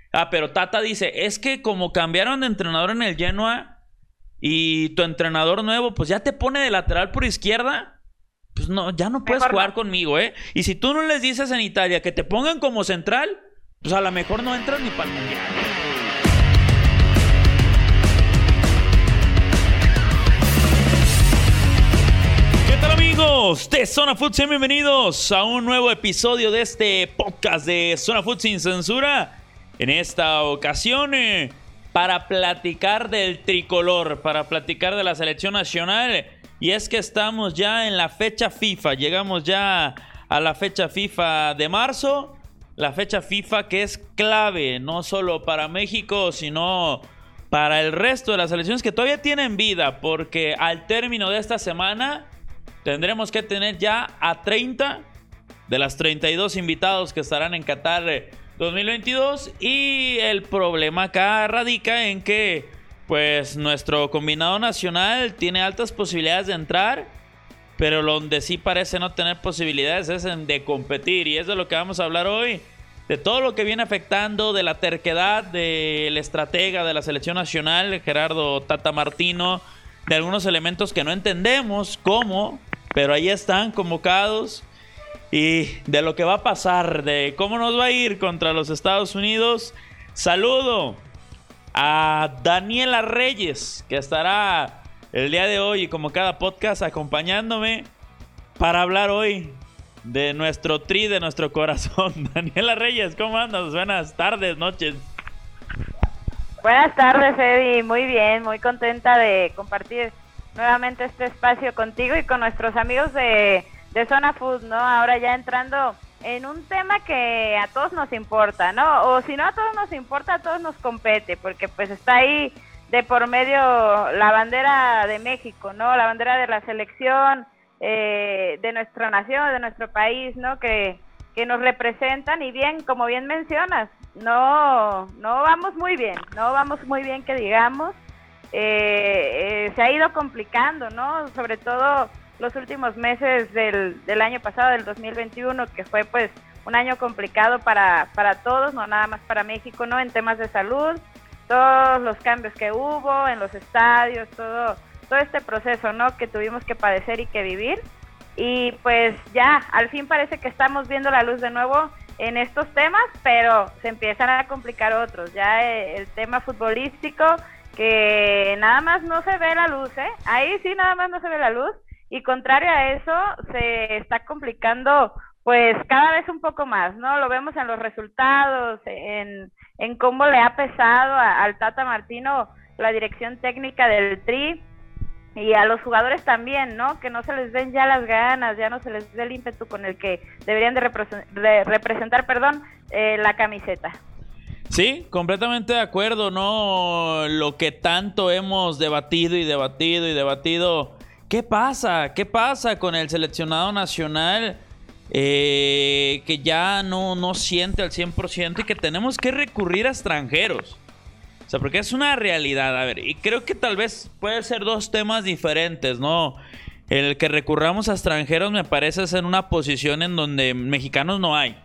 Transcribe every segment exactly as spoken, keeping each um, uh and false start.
Ah, pero Tata dice, es que como cambiaron de entrenador en el Genoa y tu entrenador nuevo, pues ya te pone de lateral por izquierda, pues no, ya no puedes Mejor jugar no. conmigo, ¿eh? Y si tú no les dices en Italia que te pongan como central, pues a lo mejor no entras ni para el Mundial. ¿Qué tal, amigos de Zona Food? Sean bienvenidos a un nuevo episodio de este podcast de Zona Food sin censura. En esta ocasión, eh, para platicar del tricolor, para platicar de la selección nacional. Y es que estamos ya en la fecha FIFA, llegamos ya a la fecha FIFA de marzo. La fecha FIFA que es clave, no solo para México, sino para el resto de las selecciones que todavía tienen vida. Porque al término de esta semana tendremos que tener ya a treinta de las treinta y dos invitados que estarán en Qatar dos mil veintidós. Y el problema acá radica en que pues nuestro combinado nacional tiene altas posibilidades de entrar, pero donde sí parece no tener posibilidades es en de competir. Y es de lo que vamos a hablar hoy, de todo lo que viene afectando, de la terquedad del estratega de la selección nacional, Gerardo Tata Martino, de algunos elementos que no entendemos cómo, pero ahí están convocados, y de lo que va a pasar, de cómo nos va a ir contra los Estados Unidos. Saludo a Daniela Reyes, que estará el día de hoy y como cada podcast acompañándome para hablar hoy de nuestro tri, de nuestro corazón. Daniela Reyes, ¿cómo andas? Buenas tardes, noches. Buenas tardes, Eddie. Muy bien, muy contenta de compartir nuevamente este espacio contigo y con nuestros amigos de, de Zona Food, ¿no? Ahora ya entrando en un tema que a todos nos importa, ¿no? O si no a todos nos importa, a todos nos compete, porque pues está ahí de por medio la bandera de México, ¿no? La bandera de la selección, eh, de nuestra nación, de nuestro país, ¿no? Que, que nos representan, y bien, como bien mencionas, no, no vamos muy bien, no vamos muy bien que digamos. Eh, eh, se ha ido complicando, ¿no? Sobre todo los últimos meses del, del año pasado, del dos mil veintiuno, que fue pues un año complicado para, para todos, no nada más para México, ¿no? En temas de salud, todos los cambios que hubo en los estadios, todo, todo este proceso, ¿no? Que tuvimos que padecer y que vivir. Y pues ya, al fin parece que estamos viendo la luz de nuevo en estos temas, pero se empiezan a complicar otros. Ya el tema futbolístico, que nada más no se ve la luz, ¿eh? Ahí sí nada más no se ve la luz. Y contrario a eso, se está complicando pues cada vez un poco más, ¿no? Lo vemos en los resultados, en, en cómo le ha pesado a, al Tata Martino la dirección técnica del Tri, y a los jugadores también, ¿no? Que no se les ven ya las ganas, ya no se les ve el ímpetu con el que deberían de, repre- de representar, perdón, eh, la camiseta. Sí, completamente de acuerdo, ¿no? Lo que tanto hemos debatido y debatido y debatido. ¿Qué pasa? ¿Qué pasa con el seleccionado nacional? Eh, que ya no, no siente al cien por ciento y que tenemos que recurrir a extranjeros. O sea, porque es una realidad. A ver, y creo que tal vez puede ser dos temas diferentes, ¿no? El que recurramos a extranjeros me parece ser una posición en donde mexicanos no hay.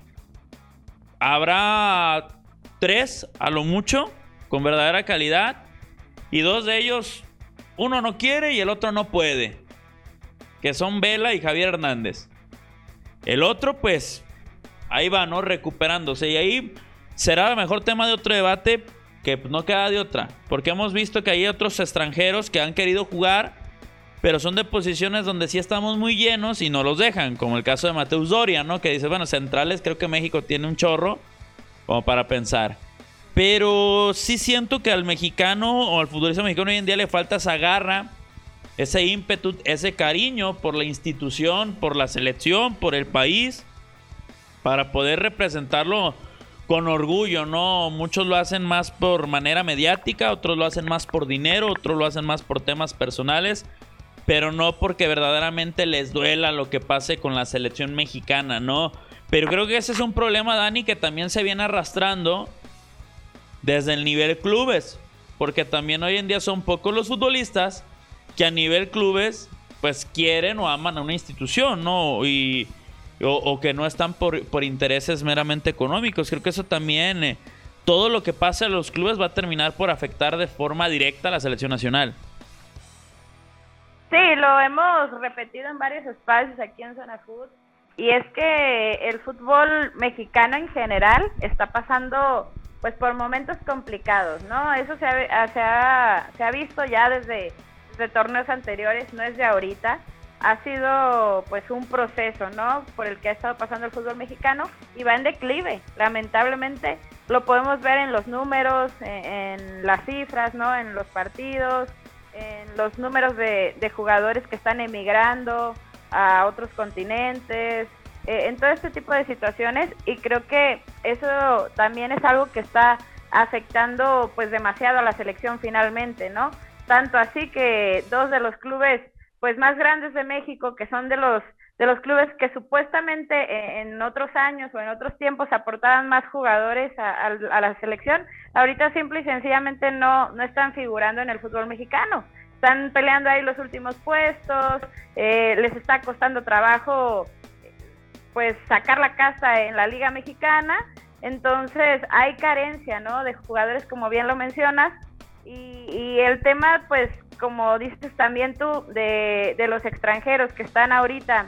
Habrá tres, a lo mucho, con verdadera calidad, y dos de ellos, uno no quiere y el otro no puede, que son Vela y Javier Hernández. El otro, pues, ahí va, ¿no? Recuperándose. Y ahí será a lo mejor tema de otro debate, que no queda de otra. Porque hemos visto que hay otros extranjeros que han querido jugar, pero son de posiciones donde sí estamos muy llenos y no los dejan. Como el caso de Mateus Doria, ¿no? Que dice, bueno, centrales creo que México tiene un chorro como para pensar. Pero sí siento que al mexicano o al futbolista mexicano hoy en día le falta esa garra, ese ímpetu, ese cariño por la institución, por la selección, por el país, para poder representarlo con orgullo, ¿no? Muchos lo hacen más por manera mediática, otros lo hacen más por dinero, otros lo hacen más por temas personales, pero no porque verdaderamente les duela lo que pase con la selección mexicana, ¿no? Pero creo que ese es un problema, Dani, que también se viene arrastrando desde el nivel clubes, porque también hoy en día son pocos los futbolistas que a nivel clubes pues quieren o aman a una institución, ¿no? Y, o, o que no están por, por intereses meramente económicos. Creo que eso también eh, todo lo que pase a los clubes va a terminar por afectar de forma directa a la selección nacional. Sí, lo hemos repetido en varios espacios aquí en Zona Food, y es que el fútbol mexicano en general está pasando pues por momentos complicados, ¿no? Eso se ha, se ha, se ha visto ya desde, desde torneos anteriores, no es de ahorita. Ha sido pues un proceso, ¿no?, por el que ha estado pasando el fútbol mexicano, y va en declive. Lamentablemente lo podemos ver en los números, en, en las cifras, ¿no?, en los partidos, en los números de, de jugadores que están emigrando a otros continentes, eh, en todo este tipo de situaciones, y creo que eso también es algo que está afectando pues demasiado a la selección finalmente, ¿no? Tanto así que dos de los clubes pues más grandes de México, que son de los de los clubes que supuestamente en otros años o en otros tiempos aportaban más jugadores a, a, a la selección, ahorita simple y sencillamente no, no están figurando en el fútbol mexicano. Están peleando ahí los últimos puestos, eh, les está costando trabajo pues sacar la casta en la Liga Mexicana. Entonces hay carencia, ¿no?, de jugadores, como bien lo mencionas, y, y el tema, pues como dices también tú, de, de los extranjeros que están ahorita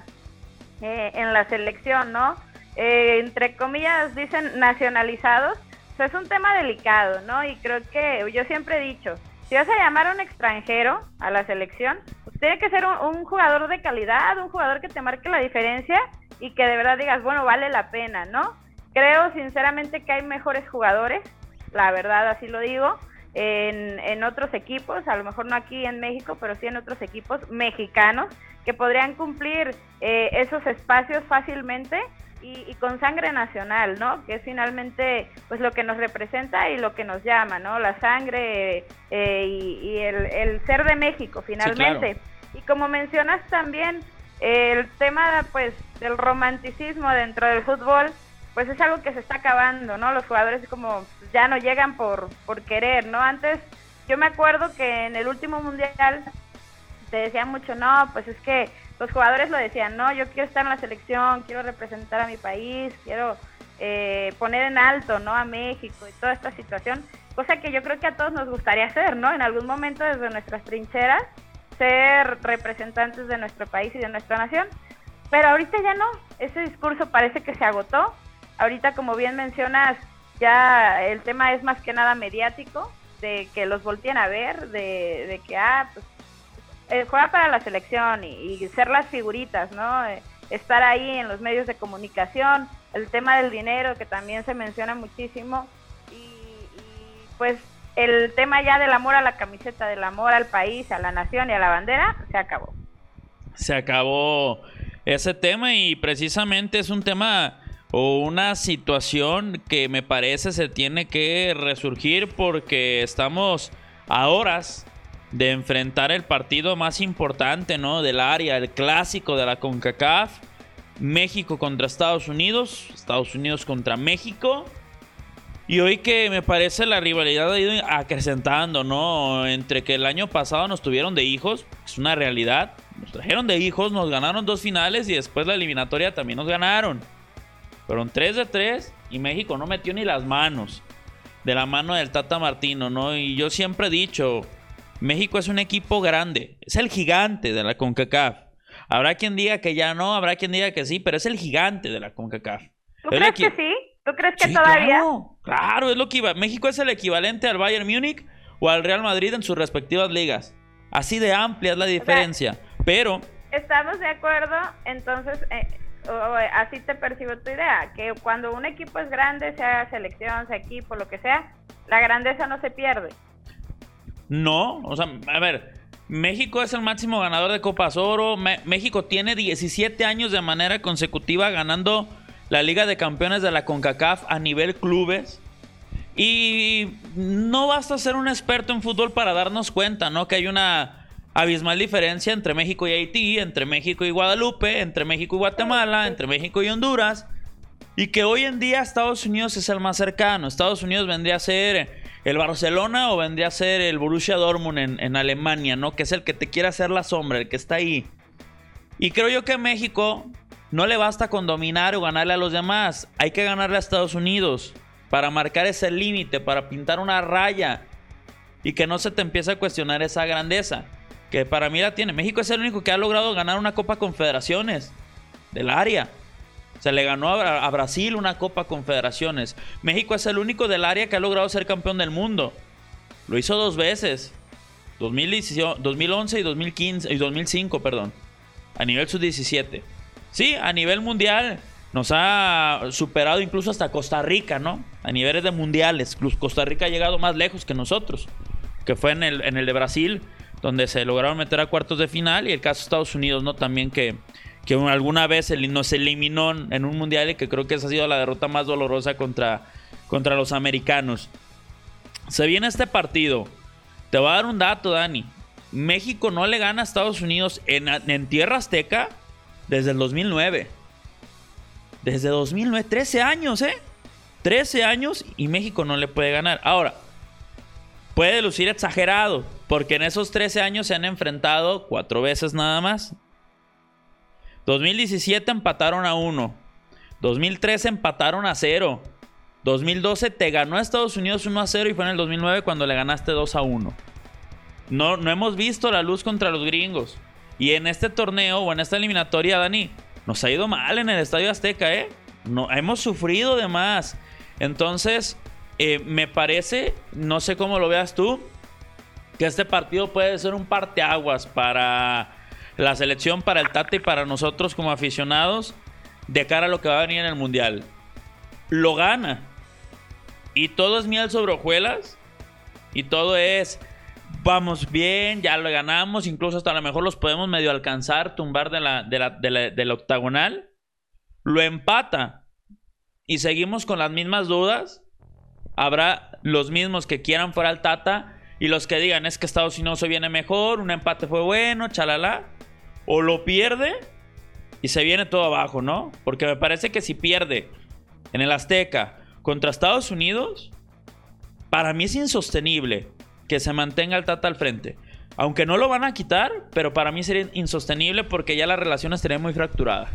eh, en la selección, ¿no? Eh, entre comillas dicen nacionalizados. O sea, es un tema delicado, ¿no? Y creo que yo siempre he dicho, si vas a llamar a un extranjero a la selección, pues tiene que ser un, un jugador de calidad, un jugador que te marque la diferencia y que de verdad digas, bueno, vale la pena, ¿no? Creo sinceramente que hay mejores jugadores, la verdad así lo digo, en, en otros equipos, a lo mejor no aquí en México, pero sí en otros equipos mexicanos, que podrían cumplir eh, esos espacios fácilmente y, y con sangre nacional, ¿no? Que es finalmente pues lo que nos representa y lo que nos llama, ¿no? La sangre eh, y, y el, el ser de México finalmente. Sí, claro. Y como mencionas también, eh, el tema pues del romanticismo dentro del fútbol, pues es algo que se está acabando, ¿no? Los jugadores como ya no llegan por, por querer, ¿no? Antes, yo me acuerdo que en el último mundial te decían mucho, no, pues es que los jugadores lo decían, no, yo quiero estar en la selección, quiero representar a mi país, quiero eh, poner en alto, ¿no?, a México y toda esta situación, cosa que yo creo que a todos nos gustaría hacer, ¿no? En algún momento desde nuestras trincheras, ser representantes de nuestro país y de nuestra nación, pero ahorita ya no, ese discurso parece que se agotó. Ahorita, como bien mencionas, ya el tema es más que nada mediático, de que los volteen a ver, de, de que, ah, pues, eh, juega para la selección y, y ser las figuritas, ¿no? Eh, estar ahí en los medios de comunicación, el tema del dinero, que también se menciona muchísimo, y, y pues el tema ya del amor a la camiseta, del amor al país, a la nación y a la bandera, se acabó. Se acabó ese tema, y precisamente es un tema o una situación que me parece se tiene que resurgir, porque estamos a horas de enfrentar el partido más importante, ¿no?, del área, el clásico de la CONCACAF. México contra Estados Unidos, Estados Unidos contra México. Y hoy que me parece la rivalidad ha ido acrecentando, ¿no? Entre que el año pasado nos tuvieron de hijos, es una realidad. Nos trajeron de hijos, nos ganaron dos finales y después la eliminatoria también nos ganaron. Fueron tres de tres y México no metió ni las manos, de la mano del Tata Martino, ¿no? Y yo siempre he dicho, México es un equipo grande, es el gigante de la CONCACAF. Habrá quien diga que ya no, habrá quien diga que sí, pero es el gigante de la CONCACAF. ¿Tú crees que sí? ¿Tú crees que sí, todavía? Claro, claro, es lo que iba. México es el equivalente al Bayern Múnich o al Real Madrid en sus respectivas ligas. Así de amplia es la diferencia, o sea, pero... Estamos de acuerdo, entonces... Eh... así te percibo tu idea, que cuando un equipo es grande, sea selección, sea equipo, lo que sea, la grandeza no se pierde. No, o sea, a ver, México es el máximo ganador de Copas Oro. Me- México tiene diecisiete años de manera consecutiva ganando la Liga de Campeones de la CONCACAF a nivel clubes. Y no basta ser un experto en fútbol para darnos cuenta, ¿no?, que hay una abismal diferencia entre México y Haití, entre México y Guadalupe, entre México y Guatemala, entre México y Honduras, y que hoy en día Estados Unidos es el más cercano. Estados Unidos vendría a ser el Barcelona o vendría a ser el Borussia Dortmund en, en Alemania, ¿no?, que es el que te quiere hacer la sombra, el que está ahí. Y creo yo que a México no le basta con dominar o ganarle a los demás, hay que ganarle a Estados Unidos. para marcar ese límite, para pintar una raya y que no se te empiece a cuestionar esa grandeza, que para mí la tiene. México es el único que ha logrado ganar una Copa Confederaciones del área. Se le ganó a, a Brasil una Copa Confederaciones. México es el único del área que ha logrado ser campeón del mundo. Lo hizo dos veces. dos mil once y dos mil quince y dos mil cinco, perdón. A nivel sub diecisiete. Sí, a nivel mundial nos ha superado incluso hasta Costa Rica, ¿no? A niveles de mundiales. Costa Rica ha llegado más lejos que nosotros, que fue en el, en el de Brasil, donde se lograron meter a cuartos de final, y el caso de Estados Unidos, ¿no? También que, que alguna vez nos eliminó en un mundial, y que creo que esa ha sido la derrota más dolorosa contra, contra los americanos. Se viene este partido. Te voy a dar un dato, Dani. México no le gana a Estados Unidos en, en tierra azteca desde el dos mil nueve. Desde dos mil nueve, trece años, ¿eh? trece años y México no le puede ganar. Ahora, puede lucir exagerado, porque en esos trece años se han enfrentado cuatro veces nada más. dos mil diecisiete empataron a uno. dos mil trece empataron a cero. dos mil doce te ganó a Estados Unidos uno a cero y fue en el dos mil nueve cuando le ganaste dos a uno. No, no hemos visto la luz contra los gringos. Y en este torneo o en esta eliminatoria, Dani, nos ha ido mal en el Estadio Azteca, ¿eh? No, hemos sufrido de más. Entonces, eh, me parece, no sé cómo lo veas tú, que este partido puede ser un parteaguas para la selección, para el Tata y para nosotros como aficionados de cara a lo que va a venir en el Mundial. Lo gana y todo es miel sobre hojuelas y todo es vamos bien, ya lo ganamos, incluso hasta a lo mejor los podemos medio alcanzar, tumbar de la, de la, de la, de la octagonal. Lo empata y seguimos con las mismas dudas. Habrá los mismos que quieran fuera al Tata y los que digan es que Estados Unidos se viene mejor, un empate fue bueno, chalala. O lo pierde y se viene todo abajo, ¿no? Porque me parece que si pierde en el Azteca contra Estados Unidos, para mí es insostenible que se mantenga el Tata al frente. Aunque no lo van a quitar, pero para mí sería insostenible porque ya la relación estaría muy fracturada.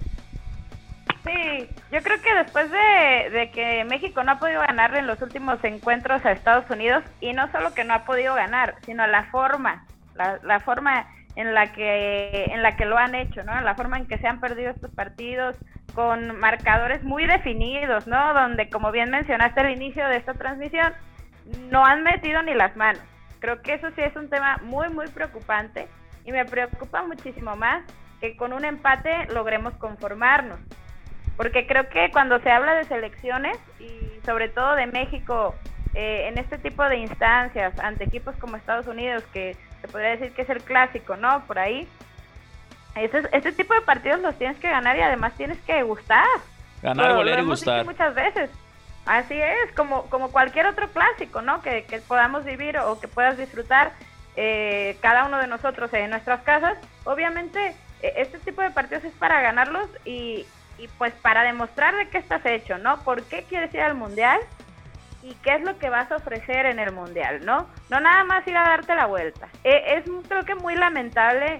Sí, yo creo que después de, de que México no ha podido ganarle en los últimos encuentros a Estados Unidos, y no solo que no ha podido ganar, sino la forma, la, la forma en la que en la que lo han hecho, ¿no? La forma en que se han perdido estos partidos con marcadores muy definidos, ¿no? Donde, como bien mencionaste al inicio de esta transmisión, no han metido ni las manos. Creo que eso sí es un tema muy, muy preocupante y me preocupa muchísimo más que con un empate logremos conformarnos. Porque creo que cuando se habla de selecciones y sobre todo de México eh, en este tipo de instancias ante equipos como Estados Unidos, que se podría decir que es el clásico, ¿no? Por ahí, este, este tipo de partidos los tienes que ganar y además tienes que gustar. Ganar, lo, golear lo y hemos gustar. dicho muchas veces. Así es, como, como cualquier otro clásico, ¿no? Que, que podamos vivir o que puedas disfrutar eh, cada uno de nosotros en nuestras casas. Obviamente, eh, este tipo de partidos es para ganarlos y, y pues para demostrar de qué estás hecho, ¿no? ¿Por qué quieres ir al Mundial? Y qué es lo que vas a ofrecer en el Mundial, ¿no? No nada más ir a darte la vuelta. Eh, es creo que muy lamentable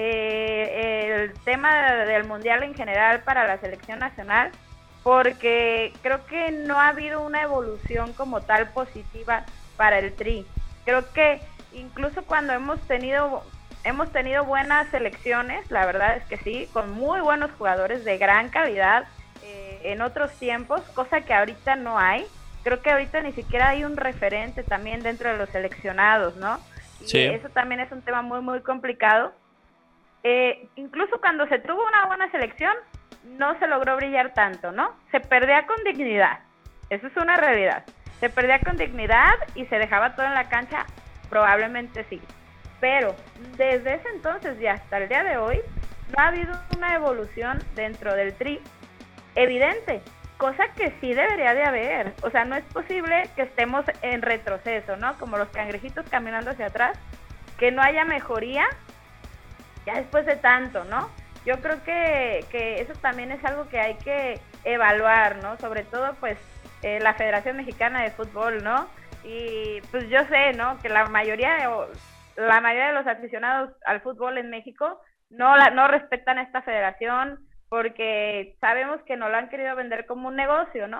eh, el tema del Mundial en general para la selección nacional, porque creo que no ha habido una evolución como tal positiva para el Tri. Creo que incluso cuando hemos tenido hemos tenido buenas selecciones, la verdad es que sí, con muy buenos jugadores de gran calidad eh, en otros tiempos, cosa que ahorita no hay. Creo que ahorita ni siquiera hay un referente también dentro de los seleccionados, ¿no? Y sí. Eso también es un tema muy, muy complicado. Eh, incluso cuando se tuvo una buena selección, no se logró brillar tanto, ¿no? Se perdía con dignidad, eso es una realidad. Se perdía con dignidad y se dejaba todo en la cancha, probablemente sí. Pero desde ese entonces y hasta el día de hoy, no ha habido una evolución dentro del Tri evidente, cosa que sí debería de haber. O sea, no es posible que estemos en retroceso, ¿no? Como los cangrejitos caminando hacia atrás, que no haya mejoría ya después de tanto, ¿no? Yo creo que, que eso también es algo que hay que evaluar, ¿no? Sobre todo, pues, eh, la Federación Mexicana de Fútbol, ¿no? Y, pues, yo sé, ¿no? Que la mayoría de, la mayoría de los aficionados al fútbol en México no, la, no respetan esta federación porque sabemos que no la han querido vender como un negocio, ¿no?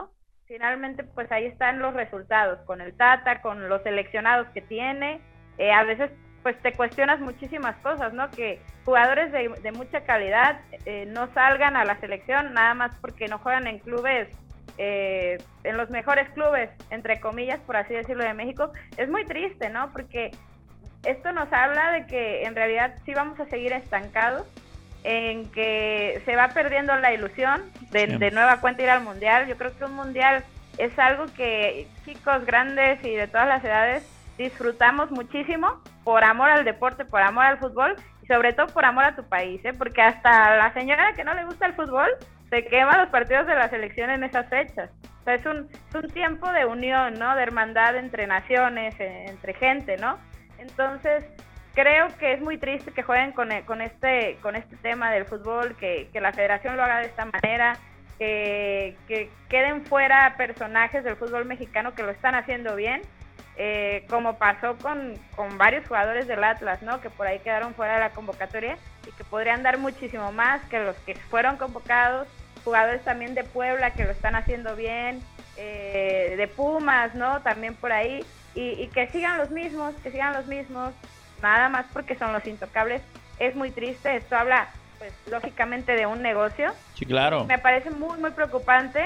finalmente pues ahí están los resultados, con el Tata, con los seleccionados que tiene, eh, a veces pues te cuestionas muchísimas cosas, ¿no? Que jugadores de, de mucha calidad eh, no salgan a la selección nada más porque no juegan en clubes, eh, en los mejores clubes, entre comillas, por así decirlo, de México. Es muy triste, ¿no? Porque esto nos habla de que en realidad sí vamos a seguir estancados, en que se va perdiendo la ilusión de, sí. de nueva cuenta ir al Mundial. Yo creo que un Mundial es algo que chicos, grandes y de todas las edades disfrutamos muchísimo por amor al deporte, por amor al fútbol y sobre todo por amor a tu país, ¿eh? Porque hasta la señora que no le gusta el fútbol se quema los partidos de la selección en esas fechas. O sea, es un, es un tiempo de unión, ¿no? De hermandad entre naciones, entre gente, ¿no? Entonces, creo que es muy triste que jueguen con, con, este, con este tema del fútbol, que, que la federación lo haga de esta manera, que, que queden fuera personajes del fútbol mexicano que lo están haciendo bien, eh, como pasó con, con varios jugadores del Atlas, ¿no? Que por ahí quedaron fuera de la convocatoria y que podrían dar muchísimo más que los que fueron convocados, jugadores también de Puebla que lo están haciendo bien, eh, de Pumas, ¿no? También por ahí, y, y que sigan los mismos, que sigan los mismos, nada más porque son los intocables. Es muy triste, esto habla, pues, lógicamente de un negocio. Sí, claro. Me parece muy, muy preocupante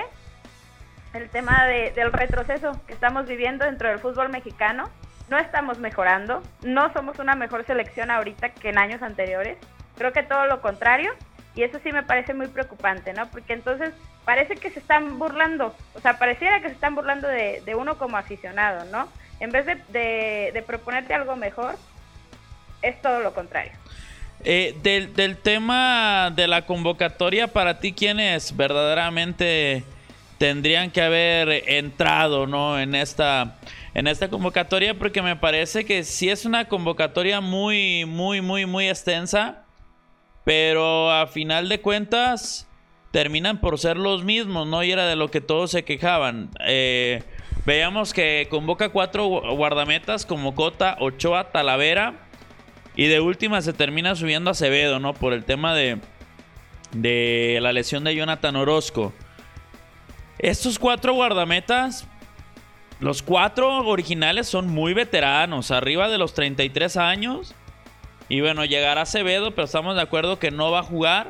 el tema de, del retroceso que estamos viviendo dentro del fútbol mexicano. No estamos mejorando, no somos una mejor selección ahorita que en años anteriores. Creo que todo lo contrario, y eso sí me parece muy preocupante, ¿no? Porque entonces parece que se están burlando, o sea, pareciera que se están burlando de, de uno como aficionado, ¿no? En vez de, de, de proponerte algo mejor, es todo lo contrario. Eh, del, del tema de la convocatoria, para ti, ¿quiénes verdaderamente tendrían que haber entrado, ¿no? en esta en esta convocatoria? Porque me parece que sí es una convocatoria muy, muy, muy, muy extensa, pero a final de cuentas terminan por ser los mismos, ¿no? Y era de lo que todos se quejaban. Eh, veíamos que convoca cuatro guardametas como Cota, Ochoa, Talavera, y de última se termina subiendo a Acevedo, ¿no? Por el tema de, de la lesión de Jonathan Orozco. Estos cuatro guardametas, los cuatro originales son muy veteranos, arriba de los treinta y tres años. Y bueno, llegará Acevedo, pero estamos de acuerdo que no va a jugar.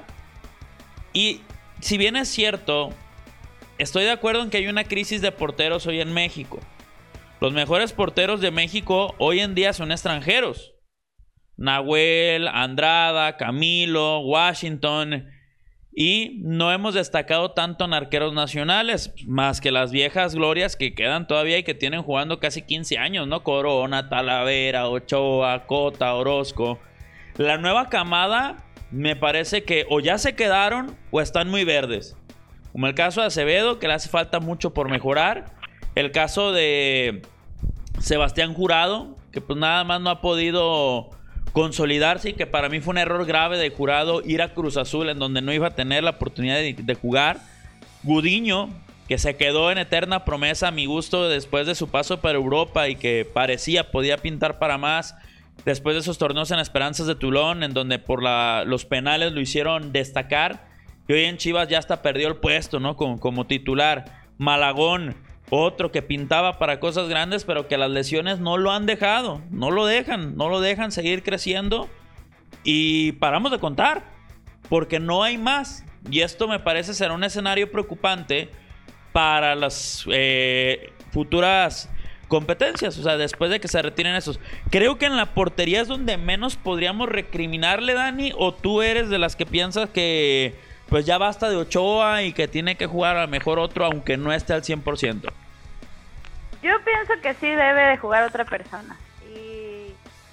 Y si bien es cierto, estoy de acuerdo en que hay una crisis de porteros hoy en México. Los mejores porteros de México hoy en día son extranjeros. Nahuel, Andrada, Camilo, Washington. Y no hemos destacado tanto en arqueros nacionales, más que las viejas glorias que quedan todavía y que tienen jugando casi quince años, ¿no? Corona, Talavera, Ochoa, Cota, Orozco. La nueva camada me parece que o ya se quedaron o están muy verdes. Como el caso de Acevedo, que le hace falta mucho por mejorar. El caso de Sebastián Jurado, que pues nada más no ha podido consolidarse, y que para mí fue un error grave de Jurado ir a Cruz Azul, en donde no iba a tener la oportunidad de, de jugar. Gudiño, que se quedó en eterna promesa a mi gusto después de su paso para Europa y que parecía podía pintar para más después de esos torneos en Esperanzas de Toulon, en donde por la, los penales lo hicieron destacar, y hoy en Chivas ya hasta perdió el puesto, ¿no? Como, como titular. Malagón, otro que pintaba para cosas grandes, pero que las lesiones no lo han dejado, no lo dejan, no lo dejan seguir creciendo, y paramos de contar, porque no hay más. Y esto me parece ser un escenario preocupante para las eh, futuras competencias, o sea, después de que se retiren esos. Creo que en la portería es donde menos podríamos recriminarle, Dani, o tú eres de las que piensas que pues ya basta de Ochoa y que tiene que jugar a lo mejor otro, aunque no esté al cien por ciento. Yo pienso que sí debe de jugar otra persona. Y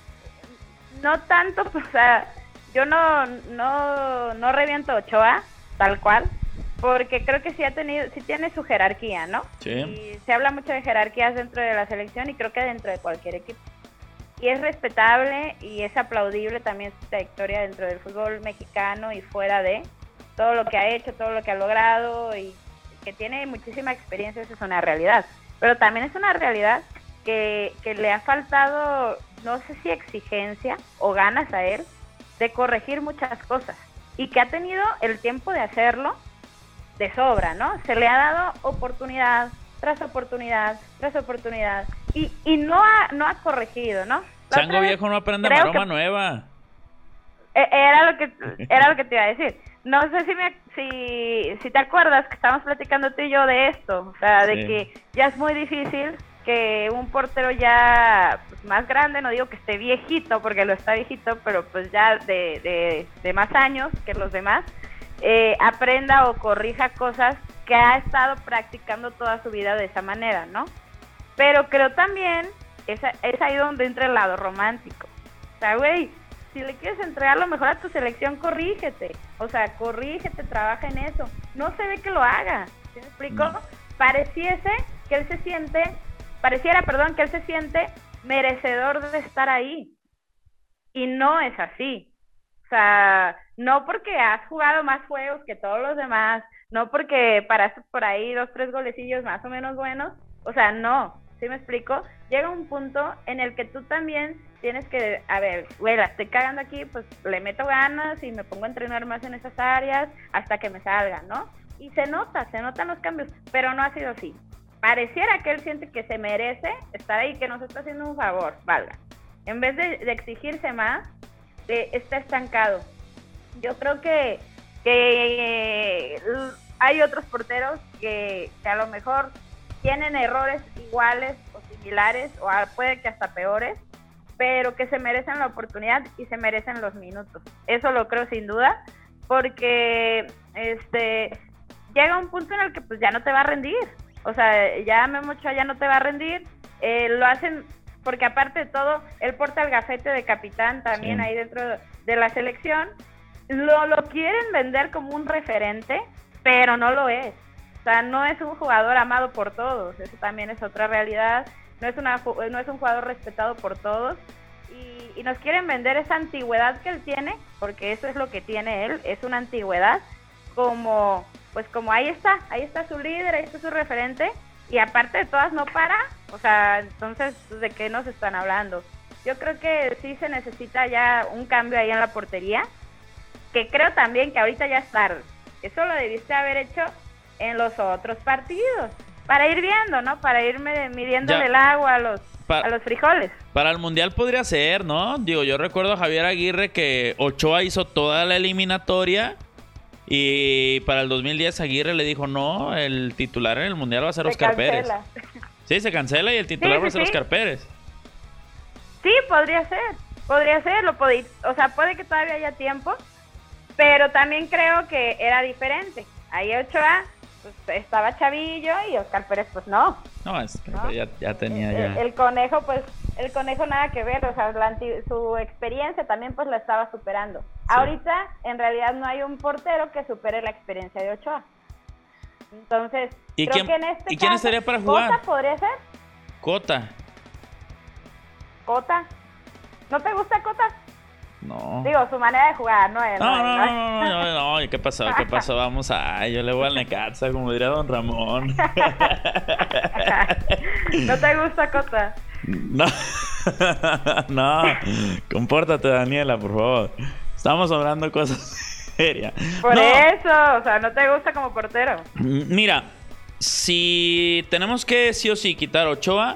no tanto, pues, o sea, yo no, no, no reviento a Ochoa, tal cual, porque creo que sí ha tenido, sí tiene su jerarquía, ¿no? Sí. Y se habla mucho de jerarquías dentro de la selección y creo que dentro de cualquier equipo. Y es respetable y es aplaudible también su trayectoria dentro del fútbol mexicano y fuera de todo lo que ha hecho, todo lo que ha logrado, y que tiene muchísima experiencia, eso es una realidad. Pero también es una realidad que, que le ha faltado, no sé si exigencia o ganas a él de corregir muchas cosas, y que ha tenido el tiempo de hacerlo de sobra, ¿no? Se le ha dado oportunidad, tras oportunidad, tras oportunidad, y, y no, ha, no ha corregido, ¿no? La Chango viejo no aprende maroma que... nueva. Era lo que era lo que te iba a decir. No sé si me si, si te acuerdas que estábamos platicando tú y yo de esto, o sea, de sí. que ya es muy difícil que un portero ya pues, más grande, no digo que esté viejito, porque lo está viejito, pero pues ya de, de, de más años que los demás, eh, aprenda o corrija cosas que ha estado practicando toda su vida de esa manera, ¿no? Pero creo también, es, es ahí donde entra el lado romántico. O sea, güey, si le quieres entregar lo mejor a tu selección, corrígete. O sea, corrígete, trabaja en eso. No se ve que lo haga. ¿Sí me explico? No. Pareciese que él se siente, pareciera, perdón, que él se siente merecedor de estar ahí. Y no es así. O sea, no porque has jugado más juegos que todos los demás, no porque paraste por ahí dos, tres golecillos más o menos buenos. O sea, no. ¿Sí me explico? Llega un punto en el que tú también tienes que, a ver, güey, la estoy cagando aquí, pues le meto ganas y me pongo a entrenar más en esas áreas hasta que me salga, ¿no? Y se nota, se notan los cambios, pero no ha sido así. Pareciera que él siente que se merece estar ahí, que nos está haciendo un favor, valga. En vez de, de exigirse más, eh, está estancado. Yo creo que, que eh, hay otros porteros que, que a lo mejor tienen errores iguales o similares, o puede que hasta peores, pero que se merecen la oportunidad y se merecen los minutos. Eso lo creo sin duda, porque este llega un punto en el que pues ya no te va a rendir. O sea, ya Memo Ochoa ya no te va a rendir. Eh, lo hacen porque aparte de todo, él porta el gafete de capitán también sí. ahí dentro de la selección. Lo, lo quieren vender como un referente, pero no lo es. O sea, no es un jugador amado por todos, eso también es otra realidad, no es, una, no es un jugador respetado por todos, y, y nos quieren vender esa antigüedad que él tiene, porque eso es lo que tiene él, es una antigüedad, como, pues como ahí está, ahí está su líder, ahí está su referente, y aparte de todas no para, o sea, entonces, ¿de qué nos están hablando? Yo creo que sí se necesita ya un cambio ahí en la portería, que creo también que ahorita ya es tarde, eso lo debiste haber hecho en los otros partidos, para ir viendo, ¿no? Para ir midiéndole el agua a los, para, a los frijoles. Para el Mundial podría ser, ¿no? Digo, yo recuerdo a Javier Aguirre que Ochoa hizo toda la eliminatoria y para el dos mil diez Aguirre le dijo, no, el titular en el Mundial va a ser se Oscar cancela. Pérez. Sí, se cancela y el titular sí, sí, va a ser sí. Oscar Pérez. Sí, podría ser, podría ser, lo pod- o sea, puede que todavía haya tiempo, pero también creo que era diferente. Ahí Ochoa pues, estaba chavillo y Oscar Pérez pues no. No, es que ¿no? Ya, ya tenía el, ya. El conejo pues, el conejo nada que ver, o sea, la anti- su experiencia también pues la estaba superando. Sí. Ahorita en realidad no hay un portero que supere la experiencia de Ochoa. Entonces, ¿Y creo quién, que en este ¿y quién caso, estaría para jugar? ¿Cota podría ser? Cota. ¿Cota? ¿No te gusta Cota? No. Digo, su manera de jugar, ¿no? No, no, no, no, no, no, no, ¿qué pasó? ¿Qué pasó? Vamos a... Yo le voy al Necaxa, como diría don Ramón. ¿No te gusta Cota? No. No. Compórtate, Daniela, por favor. Estamos hablando cosas serias. Por no. eso, o sea, ¿no te gusta como portero? Mira, si tenemos que sí o sí quitar Ochoa,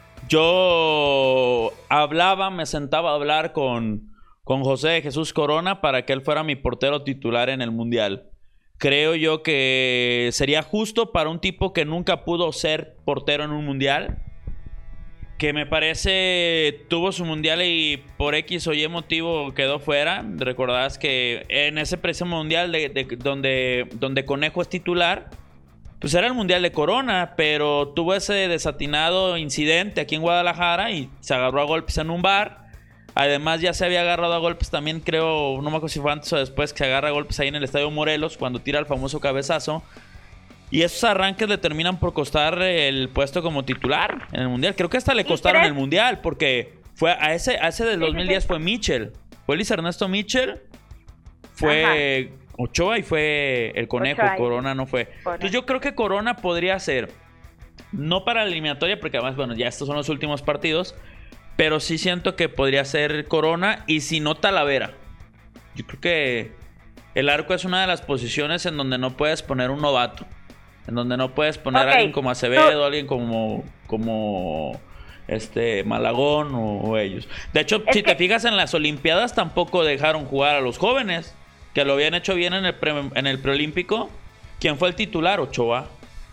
yo hablaba, me sentaba a hablar con... con José Jesús Corona para que él fuera mi portero titular en el Mundial. Creo yo que sería justo para un tipo que nunca pudo ser portero en un Mundial, que me parece tuvo su Mundial y por X o Y motivo quedó fuera. Recordarás que en ese preciso Mundial de, de, donde, donde Conejo es titular, pues era el Mundial de Corona, pero tuvo ese desatinado incidente aquí en Guadalajara y se agarró a golpes en un bar. Además ya se había agarrado a golpes también, creo, no me acuerdo si fue antes o después, que se agarra a golpes ahí en el Estadio Morelos cuando tira el famoso cabezazo. Y esos arranques le terminan por costar el puesto como titular en el Mundial. Creo que hasta le costaron el Mundial porque fue a ese, a ese del dos mil diez fue Mitchell. Fue Luis Ernesto Mitchell, fue Ajá. Ochoa y fue el Conejo. Ochoa. Corona no fue. Corona. Entonces yo creo que Corona podría ser, no para la eliminatoria porque además, bueno, ya estos son los últimos partidos, pero sí siento que podría ser Corona y si no Talavera. Yo creo que el arco es una de las posiciones en donde no puedes poner un novato. en donde no puedes poner okay. a alguien como Acevedo, alguien como como este Malagón o, o ellos. De hecho, es si que... te fijas en las Olimpiadas tampoco dejaron jugar a los jóvenes, que lo habían hecho bien en el pre, en el preolímpico. ¿Quién fue el titular? Ochoa.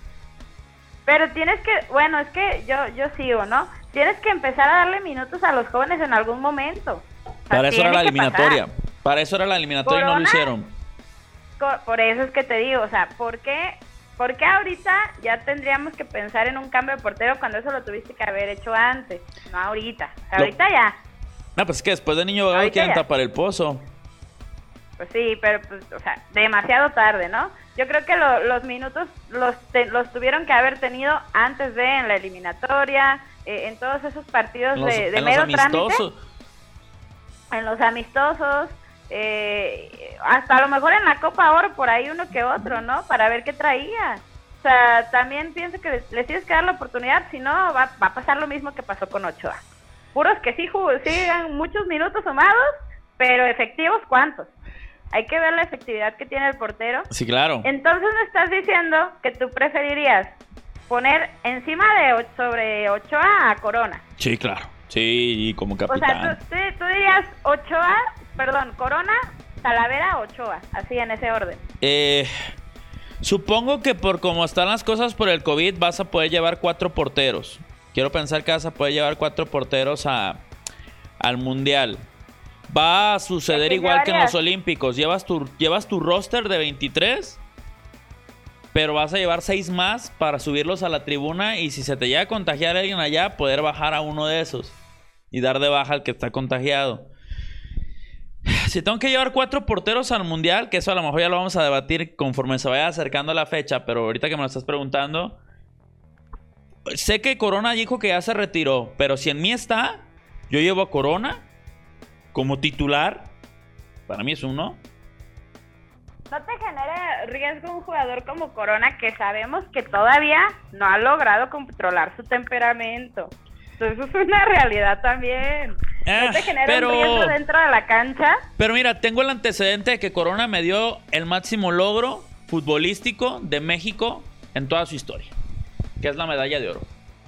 Pero tienes que, bueno, es que yo yo sigo, ¿no? Tienes que empezar a darle minutos a los jóvenes en algún momento. O sea, para eso era la eliminatoria. Pasar. Para eso era la eliminatoria Corona, y no lo hicieron. Por eso es que te digo, o sea, ¿por qué, ¿por qué ahorita ya tendríamos que pensar en un cambio de portero cuando eso lo tuviste que haber hecho antes? No ahorita. O sea, ahorita ya. No, pues es que después de Niño Vagado quieren ya. tapar el pozo. Pues sí, pero pues, o sea, demasiado tarde, ¿no? Yo creo que lo, los minutos los te, los tuvieron que haber tenido antes de, en la eliminatoria, eh, en todos esos partidos los, de, de mero trámite. En los amistosos, eh, hasta a lo mejor en la Copa Oro, por ahí uno que otro, ¿no? Para ver qué traía. O sea, también pienso que les, les tienes que dar la oportunidad, si no va, va a pasar lo mismo que pasó con Ochoa. Puros que sí sigan muchos minutos sumados, pero efectivos, ¿cuántos? Hay que ver la efectividad que tiene el portero. Sí, claro. Entonces me estás diciendo que tú preferirías poner encima de sobre Ochoa a Corona. Sí, claro. Sí, como capitán. O sea, tú, tú, tú dirías Ochoa, perdón, Corona, Talavera, Ochoa, así en ese orden. Eh, supongo que por como están las cosas por el COVID vas a poder llevar cuatro porteros. Quiero pensar que vas a poder llevar cuatro porteros a, al Mundial. Va a suceder igual que en los Olímpicos. Llevas tu, llevas tu roster de veintitrés, pero vas a llevar seis más para subirlos a la tribuna y si se te llega a contagiar a alguien allá, poder bajar a uno de esos y dar de baja al que está contagiado. Si tengo que llevar cuatro porteros al Mundial, que eso a lo mejor ya lo vamos a debatir conforme se vaya acercando la fecha, pero ahorita que me lo estás preguntando, sé que Corona dijo que ya se retiró, pero si en mí está, yo llevo a Corona como titular. Para mí es uno. ¿No te genera riesgo un jugador como Corona que sabemos que todavía no ha logrado controlar su temperamento? Entonces eso es una realidad también. ¿No ah, te genera pero, un riesgo dentro de la cancha? Pero mira, tengo el antecedente de que Corona me dio el máximo logro futbolístico de México en toda su historia, que es la medalla de oro.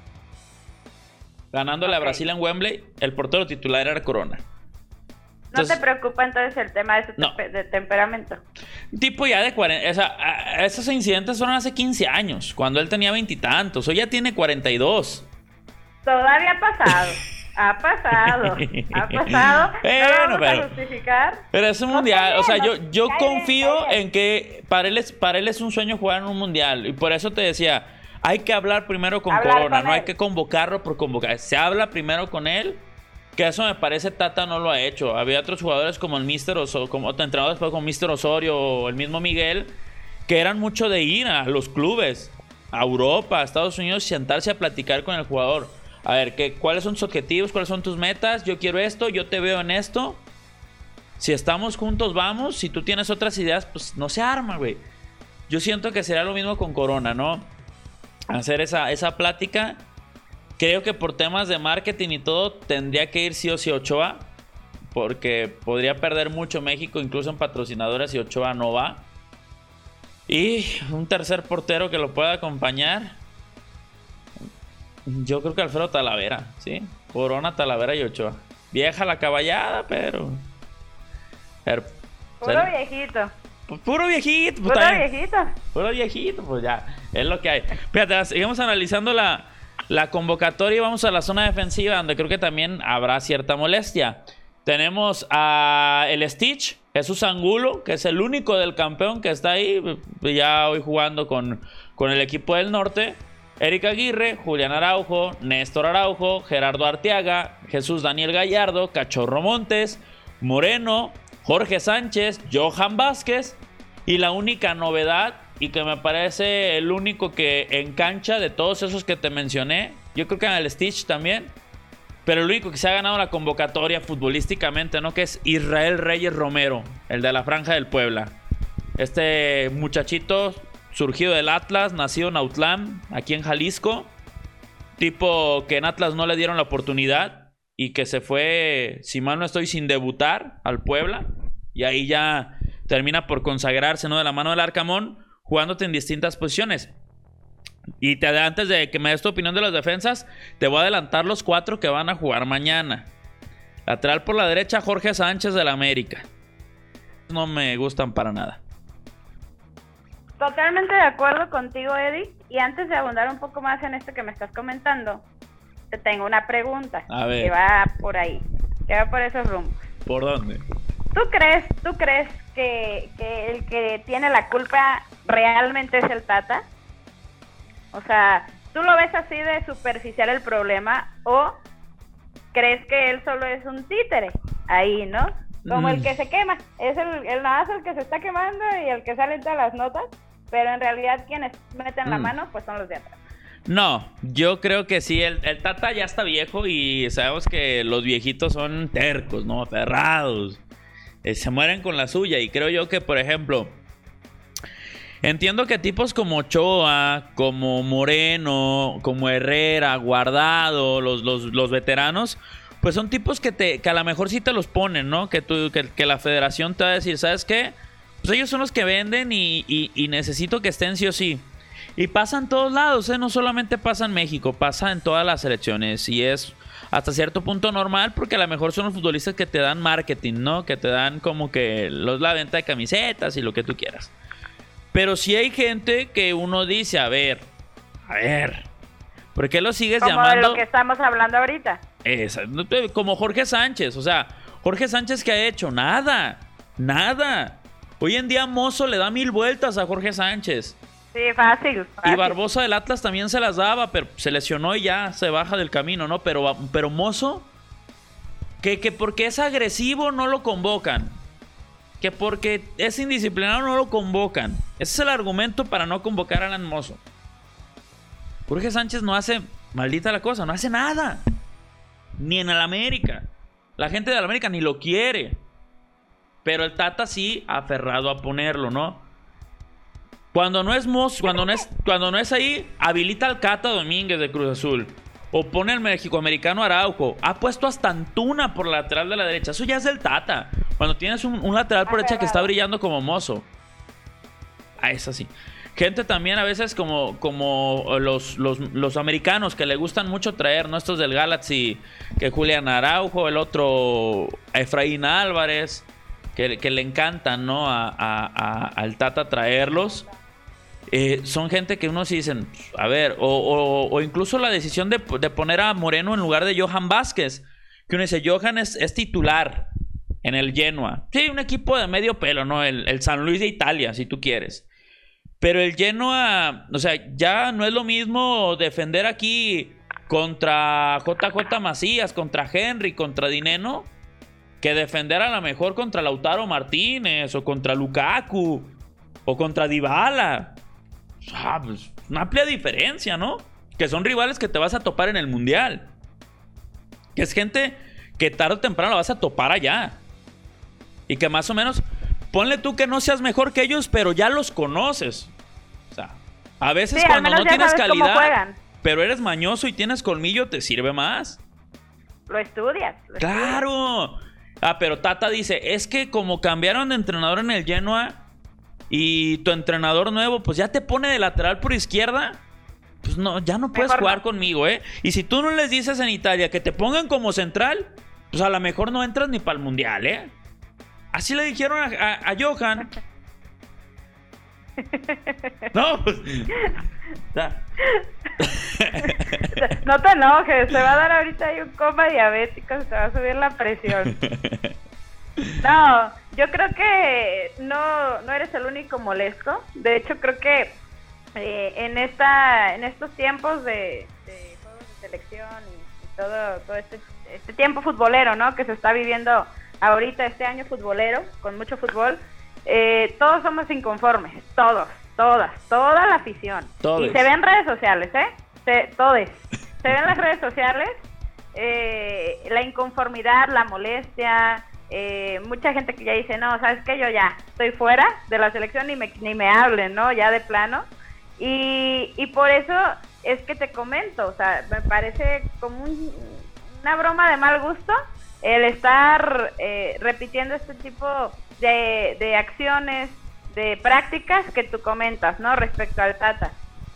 Ganándole okay. a Brasil en Wembley, el portero titular era Corona. Entonces, ¿no te preocupa entonces el tema de su no. te de temperamento? Tipo ya de cuarenta, o sea, esos incidentes fueron hace quince años, cuando él tenía veintitantos, hoy ya tiene cuarenta y dos. Todavía ha pasado, ha pasado, ha pasado, bueno, no lo vamos pero, a justificar. Pero es un mundial, no, o sea, no, yo, yo cállate, confío cállate. en que para él, es, para él es un sueño jugar en un mundial, y por eso te decía, hay que hablar primero con hablar Corona, con no él. hay que convocarlo por convocar, se habla primero con él. Que eso me parece Tata no lo ha hecho. Había otros jugadores como el Mister Osorio, como otros entrenadores como Mister Osorio o el mismo Miguel, que eran mucho de ir a los clubes, a Europa, a Estados Unidos, sentarse a platicar con el jugador. A ver, ¿qué, ¿cuáles son tus objetivos? ¿Cuáles son tus metas? Yo quiero esto, yo te veo en esto. Si estamos juntos, vamos. Si tú tienes otras ideas, pues no se arma, güey. Yo siento que será lo mismo con Corona, ¿no? Hacer esa, esa plática. Creo que por temas de marketing y todo tendría que ir sí o sí Ochoa, porque podría perder mucho México, incluso en patrocinadores, si Ochoa no va. Y un tercer portero que lo pueda acompañar. Yo creo que Alfredo Talavera, ¿sí? Corona, Talavera y Ochoa. Vieja la caballada, pero... pero Puro ¿sale? viejito. Pues puro viejito. Pues puro viejito. Puro viejito, pues ya. Es lo que hay. Fíjate, seguimos analizando la... La convocatoria y vamos a la zona defensiva, donde creo que también habrá cierta molestia. Tenemos a el Stitch, Jesús Angulo, que es el único del campeón que está ahí, ya hoy jugando con, con el equipo del norte. Eric Aguirre, Julián Araujo, Néstor Araujo, Gerardo Arteaga, Jesús Daniel Gallardo, Cachorro Montes, Moreno, Jorge Sánchez, Johan Vázquez. Y la única novedad, y que me parece el único que en cancha de todos esos que te mencioné, yo creo que en el Stitch también, pero el único que se ha ganado la convocatoria futbolísticamente, ¿no? Que es Israel Reyes Romero, el de la Franja del Puebla. Este muchachito surgido del Atlas, nacido en Autlán, aquí en Jalisco, tipo que en Atlas no le dieron la oportunidad y que se fue, si mal no estoy, sin debutar al Puebla, y ahí ya termina por consagrarse, ¿no? De la mano del Arcamón, jugándote en distintas posiciones. Y te, antes de que me des tu opinión de las defensas, te voy a adelantar los cuatro que van a jugar mañana. Lateral por la derecha, Jorge Sánchez del América. No me gustan para nada. Totalmente de acuerdo contigo, Eddie. Y antes de abundar un poco más en esto que me estás comentando, te tengo una pregunta. A ver. Que va por ahí, que va por esos rumbos. ¿Por dónde? ¿Tú crees, tú crees que, que el que tiene la culpa realmente es el Tata? O sea, ¿tú lo ves así de superficial el problema o crees que él solo es un títere ahí, ¿no? Como mm. el que se quema, es el, el nada más el que se está quemando y el que sale en todas las notas, pero en realidad quienes meten mm. la mano pues son los de atrás. No, yo creo que sí, el, el Tata ya está viejo y sabemos que los viejitos son tercos, ¿no? Aferrados, eh, se mueren con la suya y creo yo que, por ejemplo... Entiendo que tipos como Ochoa, como Moreno, como Herrera, Guardado, los, los, los veteranos, pues son tipos que te que a lo mejor sí te los ponen, ¿no? Que, tú, que, que la federación te va a decir, ¿sabes qué? Pues ellos son los que venden y, y, y necesito que estén sí o sí. Y pasa en todos lados, ¿eh? No solamente pasa en México, pasa en todas las selecciones y es hasta cierto punto normal porque a lo mejor son los futbolistas que te dan marketing, ¿no? Que te dan como que los, la venta de camisetas y lo que tú quieras. Pero sí hay gente que uno dice, a ver, a ver, ¿por qué lo sigues como llamando? Como de lo que estamos hablando ahorita. Esa, como Jorge Sánchez, o sea, Jorge Sánchez, ¿qué ha hecho? Nada, nada. Hoy en día Mozo le da mil vueltas a Jorge Sánchez. Sí, fácil, fácil. Y Barbosa del Atlas también se las daba, pero se lesionó y ya se baja del camino, ¿no? Pero, pero Mozo, que, que porque es agresivo no lo convocan. Que porque es indisciplinado no lo convocan. Ese es el argumento para no convocar a Alan Mozo. Jorge Sánchez no hace, maldita la cosa, no hace nada. Ni en el América. La gente del América ni lo quiere. Pero el Tata sí aferrado a ponerlo, ¿no? Cuando no es Mozo, cuando no es, cuando no es ahí, habilita al Cata Domínguez de Cruz Azul. O pone al mexicoamericano Araujo. Ha puesto hasta Antuna por la lateral de la derecha. Eso ya es del Tata. Cuando tienes un, un lateral por derecha que está brillando como Mozo. Ah, es así. Gente también a veces como, como los, los, los americanos que le gustan mucho traer, ¿no? Estos del Galaxy, que Julián Araujo, el otro Efraín Álvarez, que, que le encantan, ¿no? A, a, a, al Tata traerlos. Eh, son gente que uno sí dicen, a ver, o, o, o incluso la decisión de, de poner a Moreno en lugar de Johan Vázquez, que uno dice, Johan es, es titular en el Genoa. Sí, un equipo de medio pelo, ¿no? El, el San Luis de Italia, si tú quieres. Pero el Genoa, o sea, ya no es lo mismo defender aquí contra J J Macías, contra Henry, contra Dineno, que defender a lo mejor contra Lautaro Martínez, o contra Lukaku, o contra Dybala. Ah, pues, una amplia diferencia, ¿no? Que son rivales que te vas a topar en el Mundial. Que es gente que tarde o temprano la vas a topar allá. Y que más o menos, ponle tú que no seas mejor que ellos, pero ya los conoces. O sea, a veces sí, cuando no tienes calidad, pero eres mañoso y tienes colmillo, te sirve más. Lo estudias. Lo ¡Claro! Estudias. Ah, pero Tata dice, es que como cambiaron de entrenador en el Genoa y tu entrenador nuevo, pues ya te pone de lateral por izquierda, pues no, ya no puedes mejor jugar no. conmigo, ¿eh? Y si tú no les dices en Italia que te pongan como central, pues a lo mejor no entras ni para el Mundial, ¿eh? Así le dijeron a, a, a Johan. No, pues... No te enojes, se va a dar ahorita ahí un coma diabético, se te va a subir la presión. No, yo creo que no, no eres el único molesto. De hecho, creo que eh, en esta, en estos tiempos de, de juegos de selección y, y todo, todo este, este tiempo futbolero, ¿no? Que se está viviendo ahorita, este año futbolero, con mucho fútbol, eh, todos somos inconformes, todos, todas, toda la afición. Todes. Y se ve en redes sociales, ¿eh? Se, todes. Se ve en las redes sociales eh, la inconformidad, la molestia. Eh, mucha gente que ya dice, no, ¿sabes qué? Yo ya estoy fuera de la selección, ni me, ni me hablen, ¿no? Ya de plano. Y, y por eso es que te comento, o sea, me parece como un, una broma de mal gusto el estar eh, repitiendo este tipo de, de acciones, de prácticas que tú comentas, ¿no? Respecto al Tata.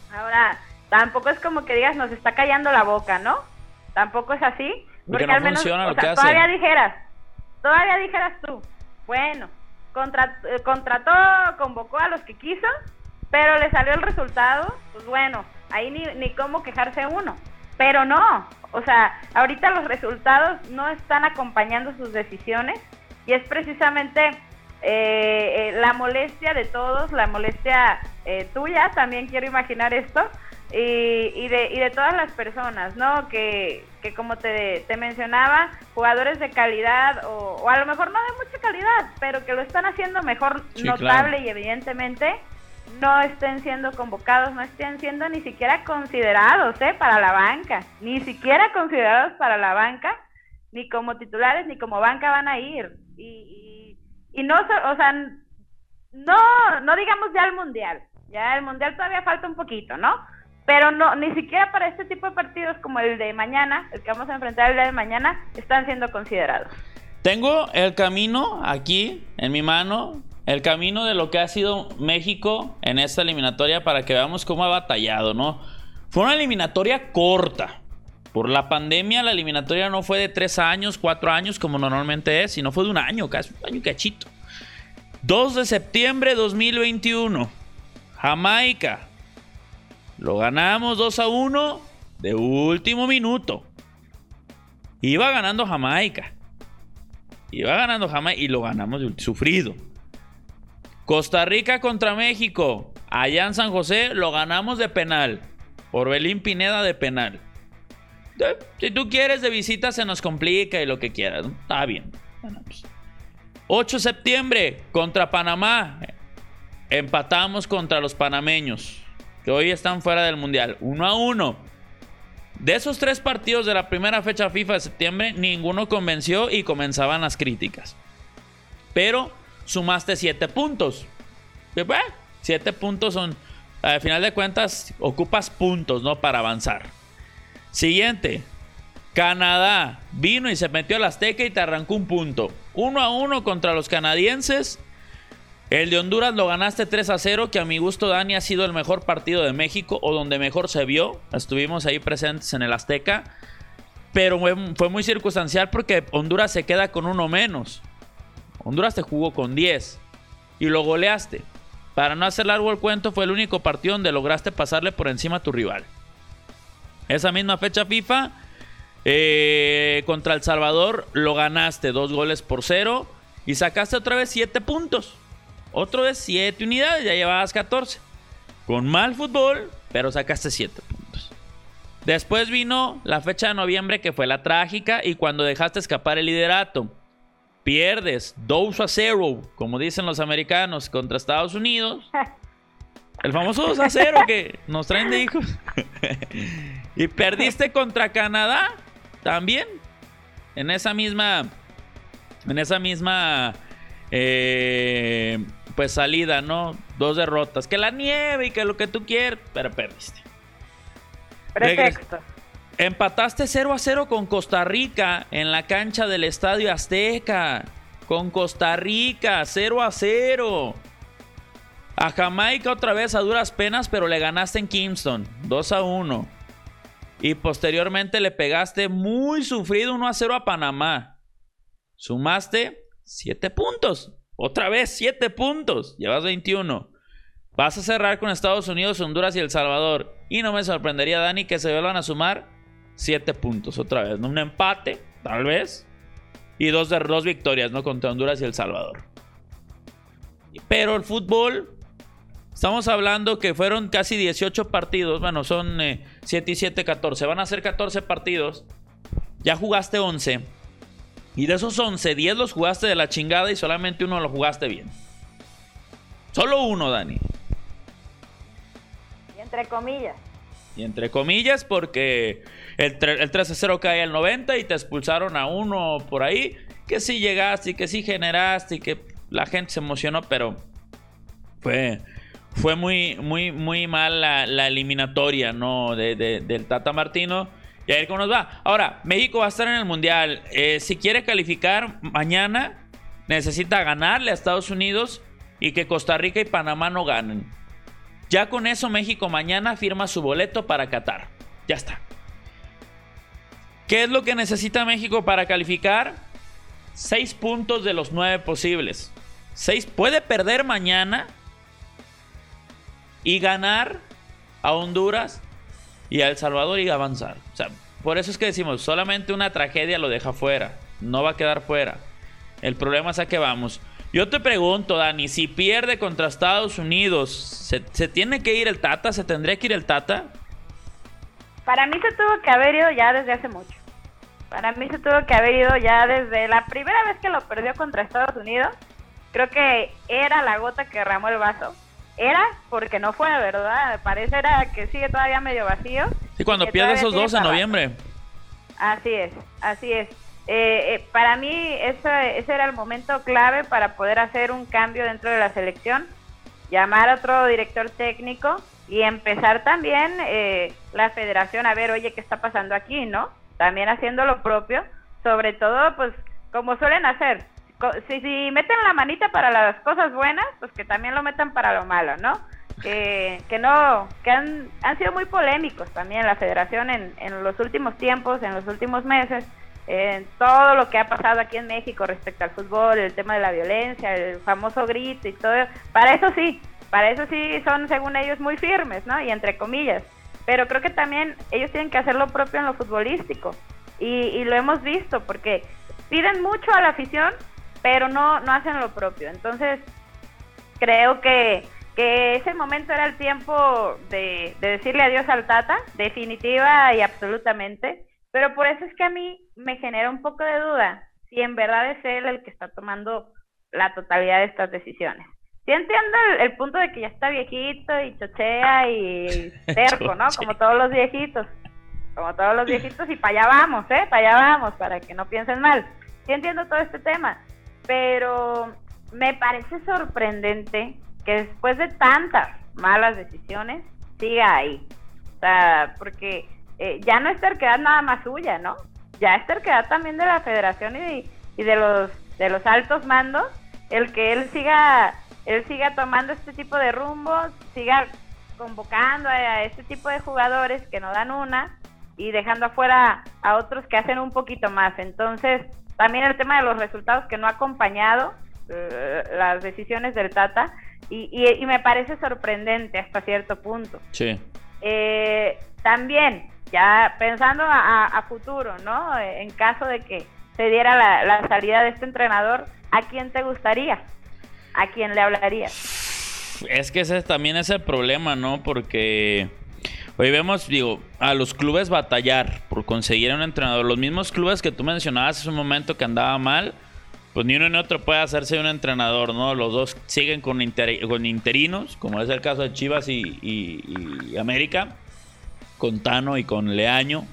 Ahora, tampoco es como que digas nos está callando la boca, ¿no? Tampoco es así. Porque, porque no al menos, funciona lo o sea, que todavía hace. dijeras, todavía dijeras tú, bueno, contra, eh, contrató, convocó a los que quiso, pero le salió el resultado, pues bueno, ahí ni, ni cómo quejarse uno. Pero no, o sea, ahorita los resultados no están acompañando sus decisiones y es precisamente eh, eh, la molestia de todos, la molestia eh, tuya, también quiero imaginar esto, y, y, de, y de todas las personas, ¿no? Que, que como te, te mencionaba, jugadores de calidad o, o a lo mejor no de mucha calidad, pero que lo están haciendo mejor, sí, notable, claro. Y evidentemente no estén siendo convocados, no estén siendo ni siquiera considerados, ¿eh? Para la banca, ni siquiera considerados para la banca, ni como titulares ni como banca van a ir. Y, y, y no, o sea, no, no digamos ya el mundial, ya el mundial todavía falta un poquito, ¿no? Pero no, ni siquiera para este tipo de partidos como el de mañana, el que vamos a enfrentar el día de mañana, están siendo considerados. Tengo el camino aquí en mi mano, el camino de lo que ha sido México en esta eliminatoria para que veamos cómo ha batallado, ¿no? Fue una eliminatoria corta. Por la pandemia la eliminatoria no fue de tres años, cuatro años como normalmente es, sino fue de un año, casi un año cachito. dos de septiembre de dos mil veintiuno, Jamaica. Lo ganamos dos a uno de último minuto. Iba ganando Jamaica. Iba ganando Jamaica y lo ganamos de sufrido. Costa Rica contra México. Allá en San José lo ganamos de penal. Orbelín Pineda de penal. Si tú quieres de visita se nos complica y lo que quieras, ¿no? Está bien. Ganamos. ocho de septiembre contra Panamá. Empatamos contra los panameños, que hoy están fuera del mundial, uno a uno. De esos tres partidos de la primera fecha FIFA de septiembre, ninguno convenció y comenzaban las críticas. Pero sumaste siete puntos. Bueno, siete puntos son, al final de cuentas, ocupas puntos, ¿no? Para avanzar. Siguiente. Canadá vino y se metió al Azteca y te arrancó un punto. uno a uno contra los canadienses. El de Honduras lo ganaste tres a cero, que a mi gusto, Dani, ha sido el mejor partido de México, o donde mejor se vio. Estuvimos ahí presentes en el Azteca, pero fue, fue muy circunstancial porque Honduras se queda con uno menos. Honduras te jugó con diez y lo goleaste. Para no hacer largo el cuento, fue el único partido donde lograste pasarle por encima a tu rival. Esa misma fecha FIFA, eh, contra El Salvador, lo ganaste dos goles por cero y sacaste otra vez siete puntos. Otro de siete unidades, ya llevabas catorce. Con mal fútbol, pero sacaste siete puntos. Después vino la fecha de noviembre, que fue la trágica, y cuando dejaste escapar el liderato. Pierdes dos a cero, como dicen los americanos, contra Estados Unidos. El famoso dos a cero que nos traen de hijos. Y perdiste contra Canadá también. En esa misma... En esa misma... Eh, pues salida, ¿no? Dos derrotas. Que la nieve y que lo que tú quieras, pero perdiste. Perfecto. Empataste cero a cero con Costa Rica en la cancha del Estadio Azteca. Con Costa Rica, cero a cero. A Jamaica otra vez a duras penas, pero le ganaste en Kingston, dos a uno. Y posteriormente le pegaste muy sufrido uno a cero a Panamá. Sumaste siete puntos. Otra vez siete puntos. Llevas veintiuno. Vas a cerrar con Estados Unidos, Honduras y El Salvador. Y no me sorprendería, Dani, que se vuelvan a sumar siete puntos otra vez, ¿no? Un empate, tal vez. Y dos, de, dos victorias, ¿no? Contra Honduras y El Salvador. Pero el fútbol, estamos hablando que fueron casi dieciocho partidos. Bueno, son eh, siete y siete, catorce. Van a ser catorce partidos. Ya jugaste once. Y de esos once, diez los jugaste de la chingada y solamente uno lo jugaste bien. Solo uno, Dani. Y entre comillas. Y entre comillas porque el, el tres a cero cae al noventa y te expulsaron a uno por ahí. Que sí llegaste y que sí generaste y que la gente se emocionó, pero fue, fue muy, muy, muy mal la, la eliminatoria, ¿no? De, de, del Tata Martino. Y a ver cómo nos va. Ahora, México va a estar en el Mundial. Eh, si quiere calificar mañana, necesita ganarle a Estados Unidos y que Costa Rica y Panamá no ganen. Ya con eso México mañana firma su boleto para Qatar. Ya está. ¿Qué es lo que necesita México para calificar? Seis puntos de los nueve posibles. Seis. Puede perder mañana y ganar a Honduras y a El Salvador y avanzar. O sea, por eso es que decimos, solamente una tragedia lo deja fuera. No va a quedar fuera. El problema es a qué vamos. Yo te pregunto, Dani, si pierde contra Estados Unidos, ¿se, ¿se tiene que ir el Tata? ¿Se tendría que ir el Tata? Para mí se tuvo que haber ido ya desde hace mucho. Para mí se tuvo que haber ido ya desde la primera vez que lo perdió contra Estados Unidos. Creo que era la gota que derramó el vaso. Era porque no fue, ¿verdad? Parece era que sigue todavía medio vacío. Sí, cuando pierde esos dos en noviembre. Así es, así es. Eh, eh, para mí ese, ese era el momento clave para poder hacer un cambio dentro de la selección, llamar a otro director técnico y empezar también eh, la federación a ver, oye, ¿qué está pasando aquí, no? También haciendo lo propio, sobre todo, pues, como suelen hacer. Si, si meten la manita para las cosas buenas, pues que también lo metan para lo malo, ¿no? Que, que no, que han, han sido muy polémicos también la federación en, en los últimos tiempos, en los últimos meses. Eh, todo lo que ha pasado aquí en México respecto al fútbol, el tema de la violencia, el famoso grito y todo, para eso sí, para eso sí son según ellos muy firmes, ¿no? Y entre comillas, pero creo que también ellos tienen que hacer lo propio en lo futbolístico y, y lo hemos visto porque piden mucho a la afición, pero no, no hacen lo propio. Entonces creo que, que ese momento era el tiempo de, de decirle adiós al Tata, definitiva y absolutamente. Pero por eso es que a mí me genera un poco de duda si en verdad es él el que está tomando la totalidad de estas decisiones. Sí entiendo el, el punto de que ya está viejito y chochea y terco, ¿no? Como todos los viejitos, como todos los viejitos y para allá vamos, ¿eh? Para allá vamos, para que no piensen mal. Sí entiendo todo este tema, pero me parece sorprendente que después de tantas malas decisiones siga ahí. O sea, porque... Eh, ya no es terquedad nada más suya, ¿no? Ya es terquedad también de la federación y, y de los de los altos mandos, el que él siga él siga tomando este tipo de rumbos, siga convocando a, a este tipo de jugadores que no dan una y dejando afuera a otros que hacen un poquito más. Entonces, también el tema de los resultados que no ha acompañado eh, las decisiones del Tata y, y, y me parece sorprendente hasta cierto punto. Sí. Eh, también ya pensando a, a futuro, ¿no? En caso de que se diera la, la salida de este entrenador, ¿a quién te gustaría? ¿A quién le hablarías? Es que ese también es el problema, ¿no? Porque hoy vemos, digo, a los clubes batallar por conseguir un entrenador. Los mismos clubes que tú mencionabas hace un momento que andaba mal, pues ni uno ni otro puede hacerse un entrenador, ¿no? Los dos siguen con, inter, con interinos, como es el caso de Chivas y, y, y América, con Tano y con Leaño.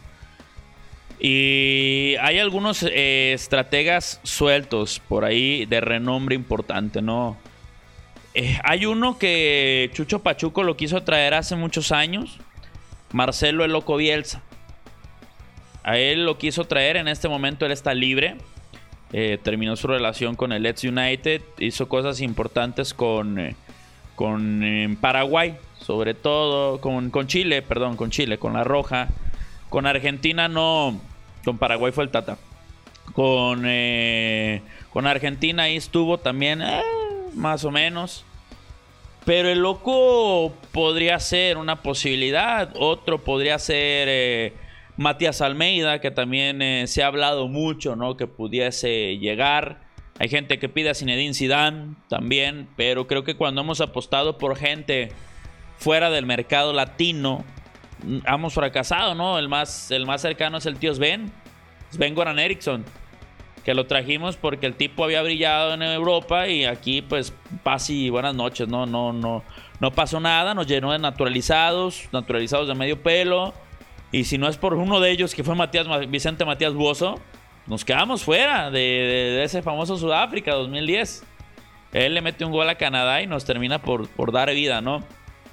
Y hay algunos eh, estrategas sueltos por ahí de renombre importante, ¿no? Eh, hay uno que Chucho Pachuco lo quiso traer hace muchos años, Marcelo el Loco Bielsa. A él lo quiso traer, en este momento él está libre. Eh, terminó su relación con el Leeds United, hizo cosas importantes con, eh, con eh, Paraguay, sobre todo con, con Chile, perdón, con Chile, con La Roja. Con Argentina no, con Paraguay fue el Tata. Con, eh, con Argentina ahí estuvo también, eh, más o menos. Pero el Loco podría ser una posibilidad. Otro podría ser eh, Matías Almeida, que también eh, se ha hablado mucho, ¿no? Que pudiese llegar. Hay gente que pide a Zinedine Zidane también, pero creo que cuando hemos apostado por gente fuera del mercado latino, hemos fracasado, ¿no? El más, el más cercano es el tío Sven, Sven-Goran Eriksson, que lo trajimos porque el tipo había brillado en Europa y aquí pues paz y buenas noches, ¿no? No, no, no pasó nada, nos llenó de naturalizados, naturalizados de medio pelo, y si no es por uno de ellos que fue Matías, Vicente Matías Buoso, nos quedamos fuera de, de, de ese famoso Sudáfrica dos mil diez. Él le mete un gol a Canadá y nos termina por, por dar vida, ¿no?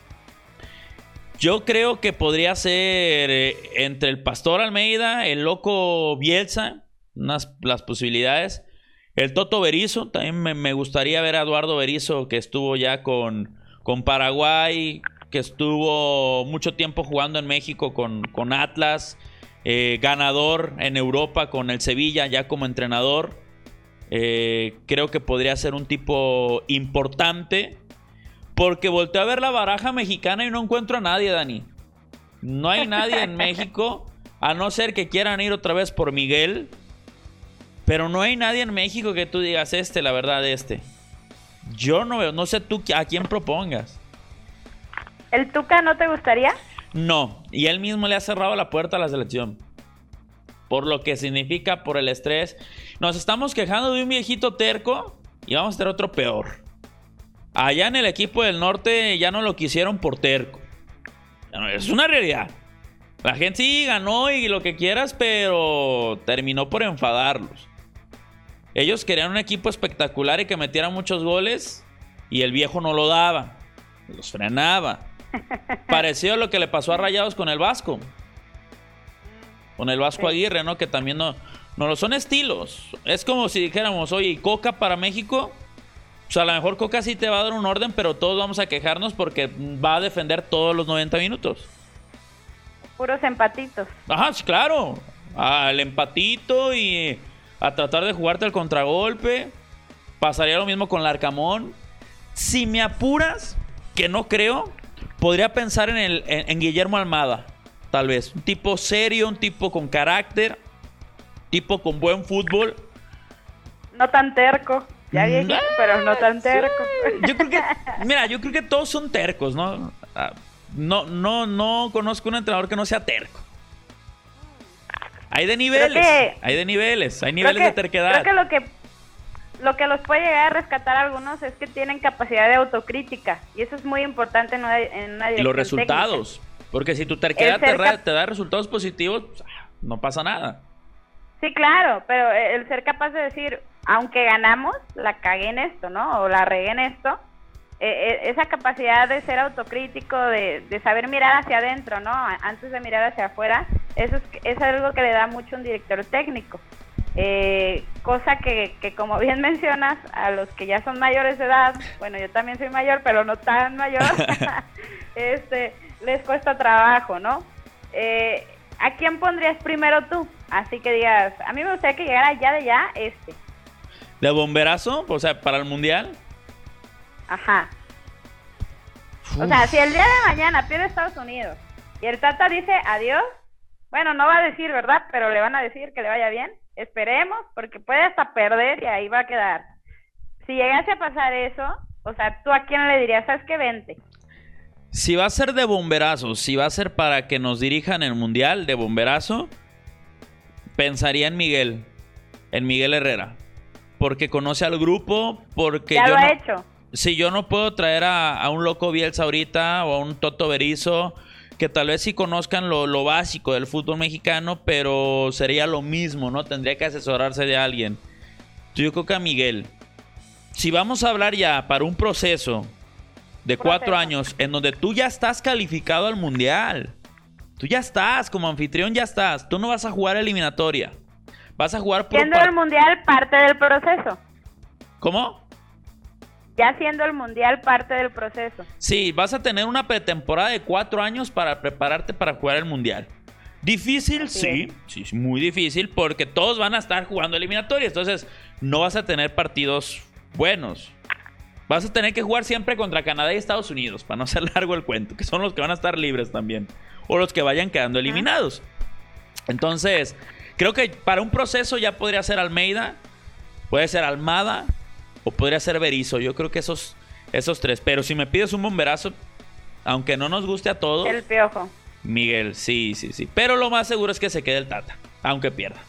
Yo creo que podría ser eh, entre el Pastor Almeida, el Loco Bielsa, unas, las posibilidades. El Toto Berizzo, también me, me gustaría ver a Eduardo Berizzo, que estuvo ya con, con Paraguay, que estuvo mucho tiempo jugando en México con, con Atlas, eh, ganador en Europa con el Sevilla ya como entrenador. Eh, creo que podría ser un tipo importante, porque volteo a ver la baraja mexicana y no encuentro a nadie, Dani. No hay nadie en México, a no ser que quieran ir otra vez por Miguel. Pero no hay nadie en México que tú digas este, la verdad, este. Yo no veo, no sé tú a quién propongas. ¿El Tuca no te gustaría? No, y él mismo le ha cerrado la puerta a la selección. Por lo que significa, por el estrés. Nos estamos quejando de un viejito terco y vamos a tener otro peor. Allá en el equipo del norte ya no lo quisieron por terco. Es una realidad. La gente sí ganó y lo que quieras, pero terminó por enfadarlos. Ellos querían un equipo espectacular y que metiera muchos goles, y el viejo no lo daba, los frenaba. Parecido a lo que le pasó a Rayados con el Vasco. Con el Vasco sí. Aguirre, ¿no? Que también no, no lo son estilos. Es como si dijéramos, oye, ¿y Coca para México? Pues a lo mejor Coca sí te va a dar un orden, pero todos vamos a quejarnos porque va a defender todos los noventa minutos. Puros empatitos. Ajá, sí, claro. Al empatito y a tratar de jugarte el contragolpe. Pasaría lo mismo con Larcamón. Si me apuras, que no creo, podría pensar en, el, en, en Guillermo Almada. Tal vez. Un tipo serio, un tipo con carácter, tipo con buen fútbol. No tan terco. Ya viejito, ah, pero no tan terco. Sí. Yo creo que, mira, yo creo que todos son tercos, ¿no? No, no, no conozco un entrenador que no sea terco. Hay de niveles, que, hay de niveles, hay niveles que, de terquedad. Creo que lo que lo que los puede llegar a rescatar a algunos es que tienen capacidad de autocrítica, y eso es muy importante en una, en una dirección y los resultados, técnica. Porque si tu terquedad te, cap- te da resultados positivos, pues, no pasa nada. Sí, claro, pero el ser capaz de decir, aunque ganamos, la cagué en esto, ¿no? O la regué en esto. Eh, esa capacidad de ser autocrítico, de, de saber mirar hacia adentro, ¿no? Antes de mirar hacia afuera, eso es, es algo que le da mucho un director técnico. Eh, cosa que, que, como bien mencionas, a los que ya son mayores de edad, bueno, yo también soy mayor, pero no tan mayor, este, les cuesta trabajo, ¿no? Eh, ¿A quién pondrías primero tú? Así que digas, a mí me gustaría que llegara ya de ya este. ¿De bomberazo? O sea, para el Mundial. Ajá. Uf. O sea, si el día de mañana pierde Estados Unidos y el Tata dice adiós, bueno, no va a decir, ¿verdad? Pero le van a decir que le vaya bien. Esperemos, porque puede hasta perder y ahí va a quedar. Si llegase a pasar eso, o sea, ¿tú a quién le dirías? ¿Sabes qué? Vente. Si va a ser de bomberazo, si va a ser para que nos dirijan el Mundial de bomberazo, pensaría en Miguel, en Miguel Herrera. Porque conoce al grupo, porque ya yo lo ha no, hecho. Si yo no puedo traer a, a un loco Bielsa ahorita o a un Toto Berizzo, que tal vez sí conozcan lo, lo básico del fútbol mexicano, pero sería lo mismo, ¿no? Tendría que asesorarse de alguien. Yo creo que a Miguel. Si vamos a hablar ya para un proceso de proceso. cuatro años en donde tú ya estás calificado al Mundial, tú ya estás, como anfitrión ya estás, tú no vas a jugar eliminatoria. Vas a jugar por... Siendo par- el Mundial parte del proceso. ¿Cómo? Ya siendo el Mundial parte del proceso. Sí, vas a tener una pretemporada de cuatro años para prepararte para jugar el Mundial. Difícil, sí, sí, sí, muy difícil, porque todos van a estar jugando eliminatorias. Entonces, no vas a tener partidos buenos. Vas a tener que jugar siempre contra Canadá y Estados Unidos, para no hacer largo el cuento, que son los que van a estar libres también. O los que vayan quedando eliminados. Entonces, creo que para un proceso ya podría ser Almeida, puede ser Almada, o podría ser Berizzo. Yo creo que esos, esos tres. Pero si me pides un bomberazo, aunque no nos guste a todos... El Piojo. Miguel, sí, sí, sí. Pero lo más seguro es que se quede el Tata, aunque pierda.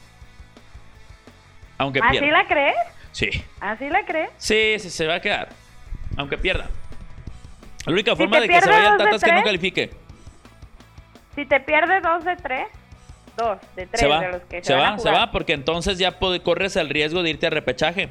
Aunque ¿Así pierda. la crees? Sí. ¿Así la crees? Sí, sí, se va a quedar. Aunque pierda. La única si forma de que se vaya el Tata es que no califique. Si te pierde dos de tres, dos de tres se va, de los que se, se van va, a jugar. Se va, porque entonces ya puede, corres el riesgo de irte a repechaje.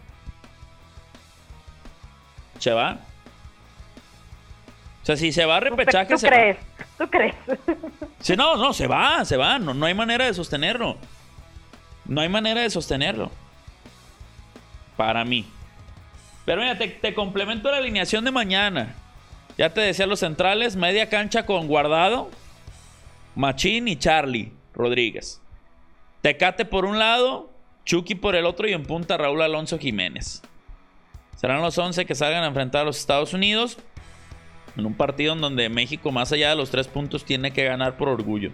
Se va. O sea, si se va a repechaje, ¿Tú se crees? va. ¿Tú crees? Sí, no, no, se va, se va. No, no hay manera de sostenerlo. No hay manera de sostenerlo. Para mí. Pero mira, te, te complemento la alineación de mañana. Ya te decía los centrales, media cancha con Guardado, Machín y Charlie Rodríguez. Tecate por un lado, Chucky por el otro y en punta Raúl Alonso Jiménez. Serán los once que salgan a enfrentar a los Estados Unidos en un partido en donde México, más allá de los tres puntos, tiene que ganar por orgullo.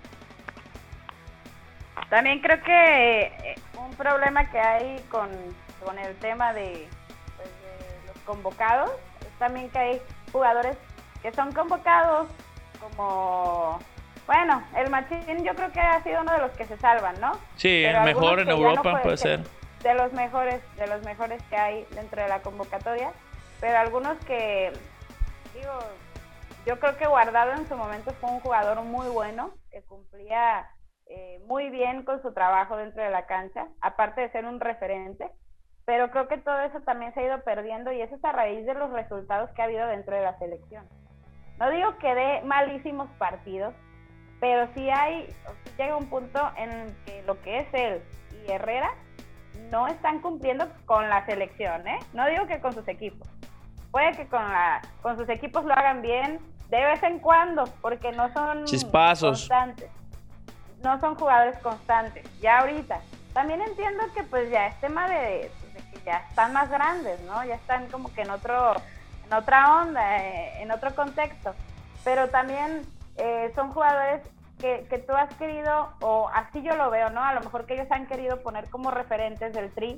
También creo que un problema que hay con, con el tema de, pues, de los convocados es también que hay jugadores que son convocados como... Bueno, el Machín yo creo que ha sido uno de los que se salvan, ¿no? Sí, el mejor en Europa no puede, puede ser. De los mejores, de los mejores que hay dentro de la convocatoria, pero algunos que, digo, yo creo que Guardado en su momento fue un jugador muy bueno, que cumplía eh, muy bien con su trabajo dentro de la cancha, aparte de ser un referente, pero creo que todo eso también se ha ido perdiendo y eso es a raíz de los resultados que ha habido dentro de la selección. No digo que dé malísimos partidos, pero sí hay, llega un punto en que lo que es él y Herrera no están cumpliendo con la selección, ¿eh? No digo que con sus equipos. Puede que con, la, con sus equipos lo hagan bien de vez en cuando, porque no son chispazos constantes. No son jugadores constantes. Ya ahorita. También entiendo que pues ya es tema de, de que ya están más grandes, ¿no? Ya están como que en otro, en otra onda, eh, en otro contexto. Pero también eh, son jugadores Que, que tú has querido, o así yo lo veo, ¿no? A lo mejor que ellos han querido poner como referentes del Tri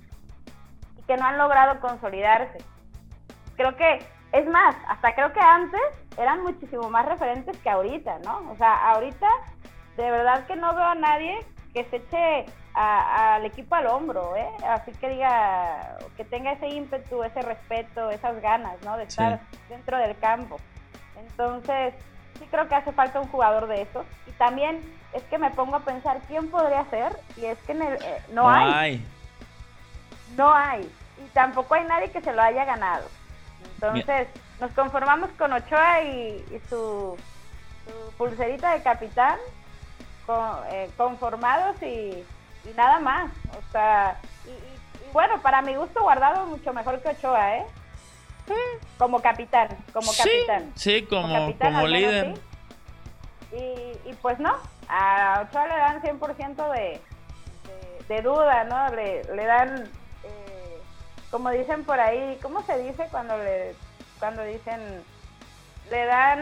y que no han logrado consolidarse. Creo que, es más, hasta creo que antes eran muchísimo más referentes que ahorita, ¿no? O sea, ahorita de verdad que no veo a nadie que se eche al equipo al hombro, ¿eh? Así que diga, que tenga ese ímpetu, ese respeto, esas ganas, ¿no? De estar sí. dentro del campo. Entonces... sí creo que hace falta un jugador de esos. Y también es que me pongo a pensar quién podría ser, y es que en el, eh, no, no hay. hay. No hay. Y tampoco hay nadie que se lo haya ganado. Entonces, Bien. nos conformamos con Ochoa y, y su, su pulserita de capitán, con, eh, conformados y, y nada más. O sea, y, y, y bueno, para mi gusto Guardado mucho mejor que Ochoa, ¿eh? Como capitán, como sí, capitán. Sí, como, como, capitán, como líder. Sí. Y, y pues no, a Ochoa le dan cien por ciento de, de, de duda, ¿no? Le, le dan, eh, como dicen por ahí, ¿cómo se dice cuando le cuando dicen, le dan,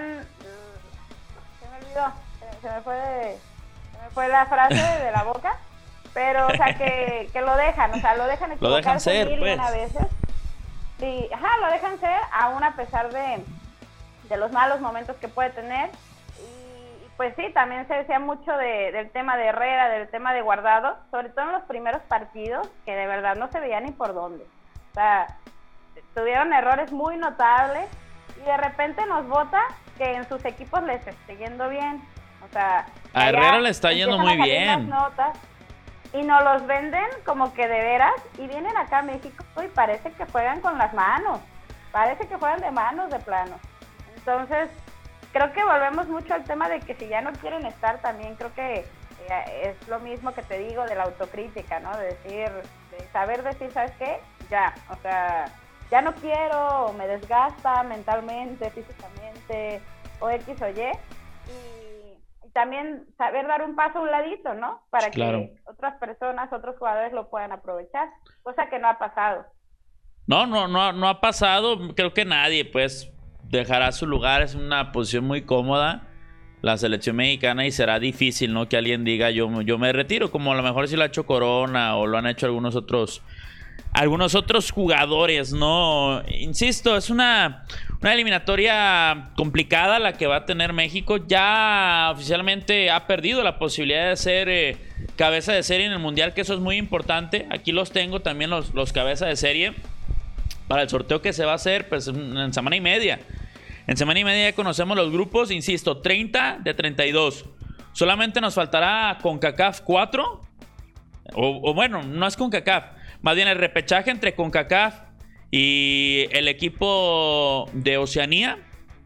se me olvidó, se, se me fue de, se me fue la frase de la boca, pero o sea que, que lo dejan, o sea, lo dejan equivocarse lo dejan ser, mil pues. a veces. Sí, ajá, lo dejan ser, aún a pesar de, de los malos momentos que puede tener. Y pues sí, también se decía mucho de, del tema de Herrera, del tema de Guardado, sobre todo en los primeros partidos, que de verdad no se veía ni por dónde. O sea, tuvieron errores muy notables y de repente nos bota que en sus equipos les esté yendo bien. O sea, a Herrera le está yendo muy bien. Notas, y nos los venden como que de veras y vienen acá a México y parece que juegan con las manos, parece que juegan de manos de plano. Entonces creo que volvemos mucho al tema de que si ya no quieren estar, también creo que eh, es lo mismo que te digo de la autocrítica, ¿no? De decir, de saber decir, ¿sabes qué? Ya, o sea, ya no quiero, me desgasta mentalmente, físicamente o X o Y. Y también saber dar un paso a un ladito, ¿no? Para claro. que otras personas, otros jugadores lo puedan aprovechar, cosa que no ha pasado. No, no, no, no ha pasado. Creo que nadie, pues, dejará su lugar. Es una posición muy cómoda la selección mexicana y será difícil, ¿no? Que alguien diga yo, yo me retiro, como a lo mejor si lo ha hecho Corona o lo han hecho algunos otros algunos otros jugadores, ¿no? Insisto, es una, una eliminatoria complicada la que va a tener México. Ya oficialmente ha perdido la posibilidad de ser eh, cabeza de serie en el Mundial, que eso es muy importante. Aquí los tengo también los, los cabezas de serie para el sorteo que se va a hacer pues, en semana y media. En semana y media ya conocemos los grupos, insisto, treinta de treinta y dos. Solamente nos faltará CONCACAF cuatro. O, o bueno, no es CONCACAF. Más bien el repechaje entre CONCACAF y el equipo de Oceanía.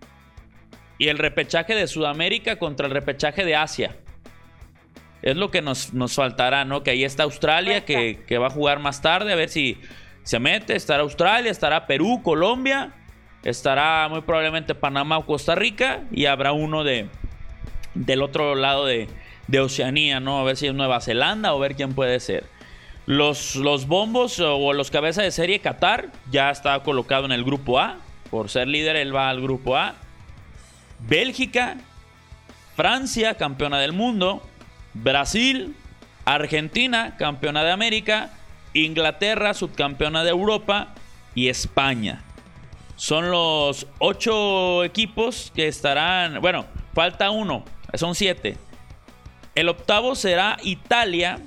Y el repechaje de Sudamérica contra el repechaje de Asia. Es lo que nos, nos faltará, ¿no? Que ahí está Australia, que, que va a jugar más tarde. A ver si se mete. Estará Australia, estará Perú, Colombia. estará muy probablemente Panamá o Costa Rica, y habrá uno de del otro lado de, de Oceanía, ¿no? A ver si es Nueva Zelanda o ver quién puede ser. Los, los bombos o los cabezas de serie, Qatar ya está colocado en el grupo A. Por ser líder, él va al grupo A. Bélgica, Francia, campeona del mundo, Brasil, Argentina, campeona de América, Inglaterra, subcampeona de Europa, y España. Son los ocho equipos que estarán... Bueno, falta uno, son siete. El octavo será Italia,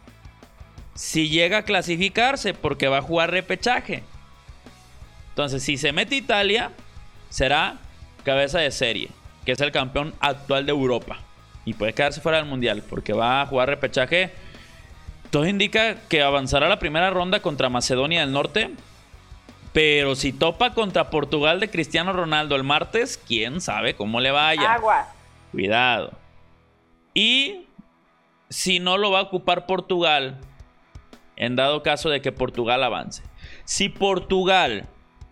si llega a clasificarse, porque va a jugar repechaje. Entonces, si se mete Italia, será cabeza de serie, que es el campeón actual de Europa, y puede quedarse fuera del mundial porque va a jugar repechaje. Todo indica que avanzará a la primera ronda contra Macedonia del Norte, pero si topa contra Portugal de Cristiano Ronaldo el martes, quién sabe cómo le vaya. Agua. Cuidado. Y si no, lo va a ocupar Portugal, en dado caso de que Portugal avance. Si Portugal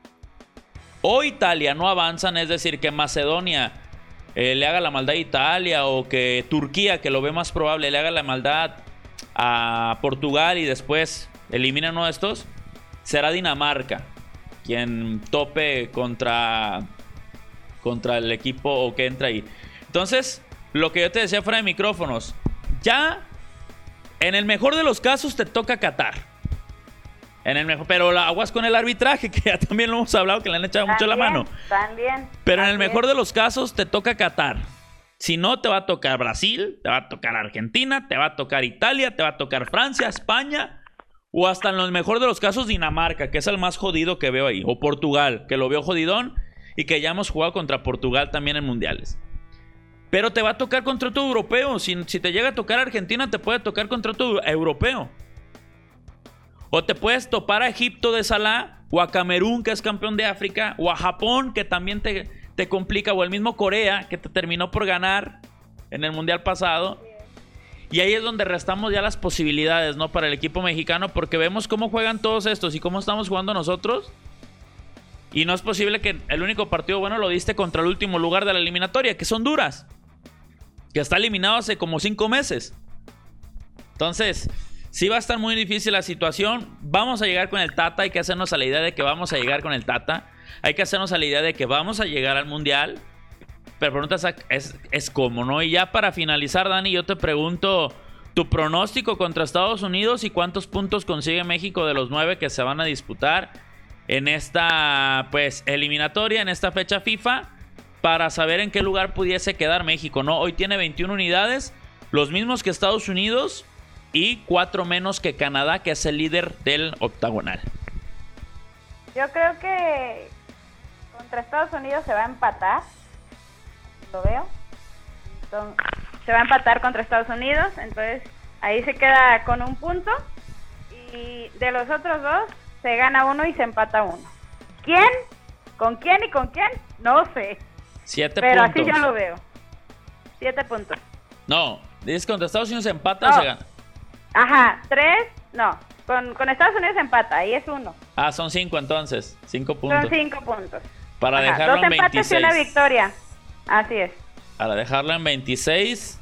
o Italia no avanzan, es decir, que Macedonia eh, le haga la maldad a Italia, o que Turquía, que lo ve más probable, le haga la maldad a Portugal y después elimina uno de estos, será Dinamarca quien tope contra, contra el equipo o que entra ahí. Entonces, lo que yo te decía fuera de micrófonos, ya en el mejor de los casos te toca Qatar. En el mejor, pero la aguas con el arbitraje, que ya también lo hemos hablado, que le han echado mucho la mano. También. Pero en el también. mejor de los casos te toca Qatar. Si no, te va a tocar Brasil, te va a tocar Argentina, te va a tocar Italia, te va a tocar Francia, España, o hasta en el mejor de los casos Dinamarca, que es el más jodido que veo ahí. O Portugal, que lo veo jodidón y que ya hemos jugado contra Portugal también en mundiales. Pero te va a tocar contra otro europeo. Si, si te llega a tocar Argentina, te puede tocar contra otro europeo. O te puedes topar a Egipto de Salah, o a Camerún, que es campeón de África, o a Japón, que también te, te complica, o el mismo Corea, que te terminó por ganar en el mundial pasado. Y ahí es donde restamos ya las posibilidades, ¿no? Para el equipo mexicano, porque vemos cómo juegan todos estos y cómo estamos jugando nosotros. Y no es posible que el único partido bueno lo diste contra el último lugar de la eliminatoria, que es Honduras, que está eliminado hace como cinco meses. Entonces, sí va a estar muy difícil la situación. Vamos a llegar con el Tata, hay que hacernos a la idea de que vamos a llegar con el Tata. Hay que hacernos a la idea de que vamos a llegar al Mundial. Pero pregunta es, es cómo, ¿no? Y ya para finalizar, Dani, yo te pregunto tu pronóstico contra Estados Unidos y cuántos puntos consigue México de los nueve que se van a disputar en esta, pues, eliminatoria, en esta fecha FIFA, para saber en qué lugar pudiese quedar México, ¿no? Hoy tiene veintiuna unidades, los mismos que Estados Unidos, y cuatro menos que Canadá, que es el líder del octagonal. Yo creo que contra Estados Unidos se va a empatar. Lo veo. Entonces, se va a empatar contra Estados Unidos. Entonces, ahí se queda con un punto. Y de los otros dos, se gana uno y se empata uno. ¿Quién? ¿Con quién y con quién? No sé. Siete Pero puntos. Pero así yo lo veo. Siete puntos. No, dices que contra Estados Unidos se empata no. o se gana. Ajá, tres, no. Con, con Estados Unidos se empata, ahí es uno. Ah, son cinco entonces. Cinco puntos. Son cinco puntos. Para Ajá, dejarlo dos en empates veintiséis. y una victoria. Así es. Para dejarlo en veintiséis.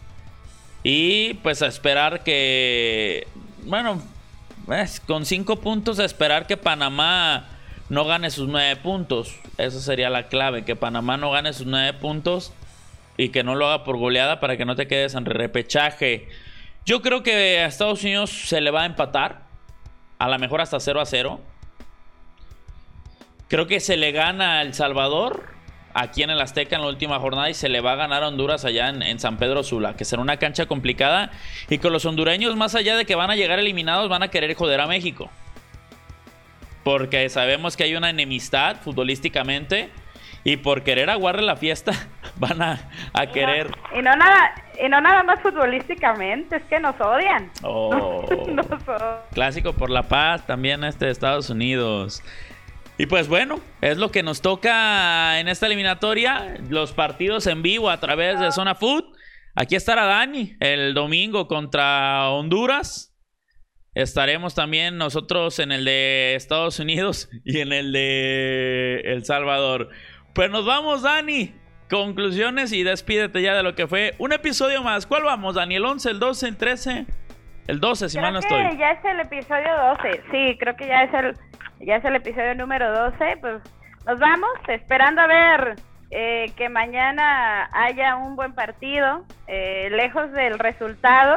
Y pues a esperar que... Bueno, es, con cinco puntos a esperar que Panamá no gane sus nueve puntos. Eso sería la clave, que Panamá no gane sus nueve puntos y que no lo haga por goleada para que no te quedes en repechaje. Yo creo que a Estados Unidos se le va a empatar. A lo mejor hasta cero a cero. Creo que se le gana a El Salvador aquí en el Azteca en la última jornada y se le va a ganar a Honduras allá en, en San Pedro Sula, que será una cancha complicada y que los hondureños, más allá de que van a llegar eliminados, van a querer joder a México. Porque sabemos que hay una enemistad futbolísticamente y por querer aguarle la fiesta van a, a querer... Y no, y, no nada, y no nada más futbolísticamente, es que nos odian. Oh, nos odian. Clásico por la paz también este de Estados Unidos. Y pues bueno, es lo que nos toca en esta eliminatoria. Los partidos en vivo a través de Zona Food. Aquí estará Dani el domingo contra Honduras. estaremos también nosotros en el de Estados Unidos y en el de El Salvador. Pues nos vamos, Dani. Conclusiones y despídete ya de lo que fue un episodio más. ¿Cuál vamos, Dani? ¿El once, el doce, el trece? El doce, si mal no estoy. Creo que ya es el episodio doce. Sí, creo que ya es el, ya es el episodio número doce. Pues nos vamos esperando a ver eh, que mañana haya un buen partido, eh, lejos del resultado.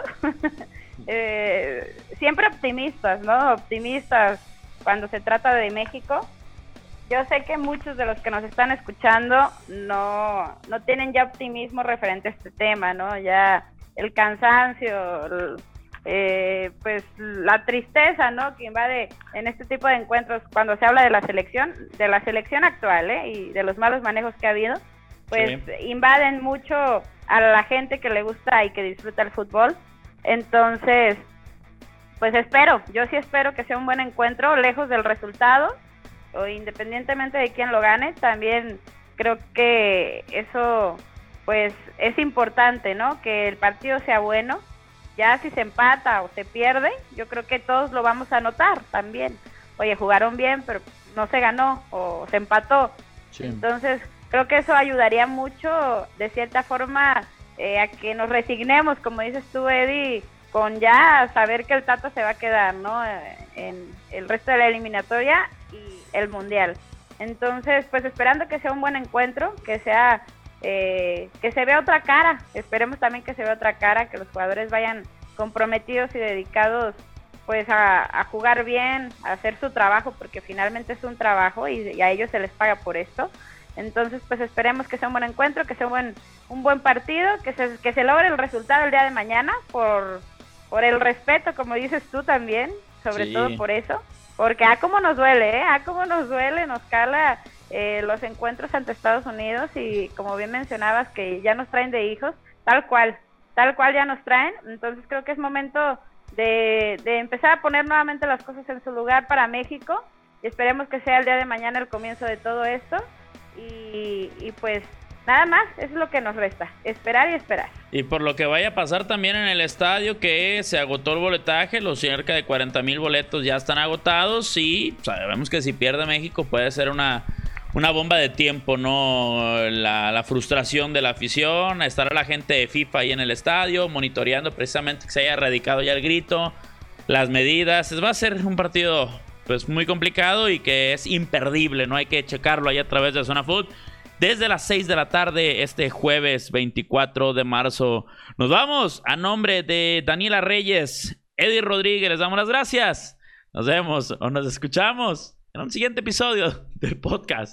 eh, siempre optimistas, ¿no? Optimistas cuando se trata de México. Yo sé que muchos de los que nos están escuchando no, no tienen ya optimismo referente a este tema, ¿no? Ya el cansancio, el, eh, pues la tristeza, ¿no? Que invade en este tipo de encuentros cuando se habla de la selección, de la selección actual, ¿eh? Y de los malos manejos que ha habido, pues sí, invaden mucho a la gente que le gusta y que disfruta el fútbol. Entonces, pues espero, yo sí espero que sea un buen encuentro, lejos del resultado, o independientemente de quién lo gane. También creo que eso pues es importante, ¿no? Que el partido sea bueno. Ya si se empata o se pierde, yo creo que todos lo vamos a notar también. Oye, jugaron bien, pero no se ganó o se empató. Sí. Entonces creo que eso ayudaría mucho de cierta forma eh, a que nos resignemos, como dices tú, Eddie, con ya saber que el Tata se va a quedar, ¿no? En el resto de la eliminatoria y el Mundial. Entonces, pues esperando que sea un buen encuentro, que sea eh, que se vea otra cara. Esperemos también que se vea otra cara, que los jugadores vayan comprometidos y dedicados pues a, a jugar bien, a hacer su trabajo, porque finalmente es un trabajo y, y a ellos se les paga por esto. Entonces, pues esperemos que sea un buen encuentro, que sea un buen, un buen partido, que se, que se logre el resultado el día de mañana por, por el respeto, como dices tú también, sobre sí. todo por eso. Porque a cómo nos duele, ¿eh? A cómo nos duele, nos cala eh, los encuentros ante Estados Unidos y como bien mencionabas que ya nos traen de hijos, tal cual, tal cual ya nos traen. Entonces creo que es momento de, de empezar a poner nuevamente las cosas en su lugar para México y esperemos que sea el día de mañana el comienzo de todo esto y, y pues nada más, eso es lo que nos resta, esperar y esperar. Y por lo que vaya a pasar también en el estadio, que se agotó el boletaje, los cerca de cuarenta mil boletos ya están agotados y sabemos que si pierde México puede ser una, una bomba de tiempo, ¿no? La, la frustración de la afición, estará la gente de FIFA ahí en el estadio, monitoreando precisamente que se haya erradicado ya el grito, las medidas. Va a ser un partido pues muy complicado y que es imperdible, ¿no? Hay que checarlo ahí a través de Zona Food. Desde las seis de la tarde, este jueves veinticuatro de marzo. Nos vamos a nombre de Daniela Reyes, Eddie Rodríguez. Les damos las gracias. Nos vemos o nos escuchamos en un siguiente episodio del podcast.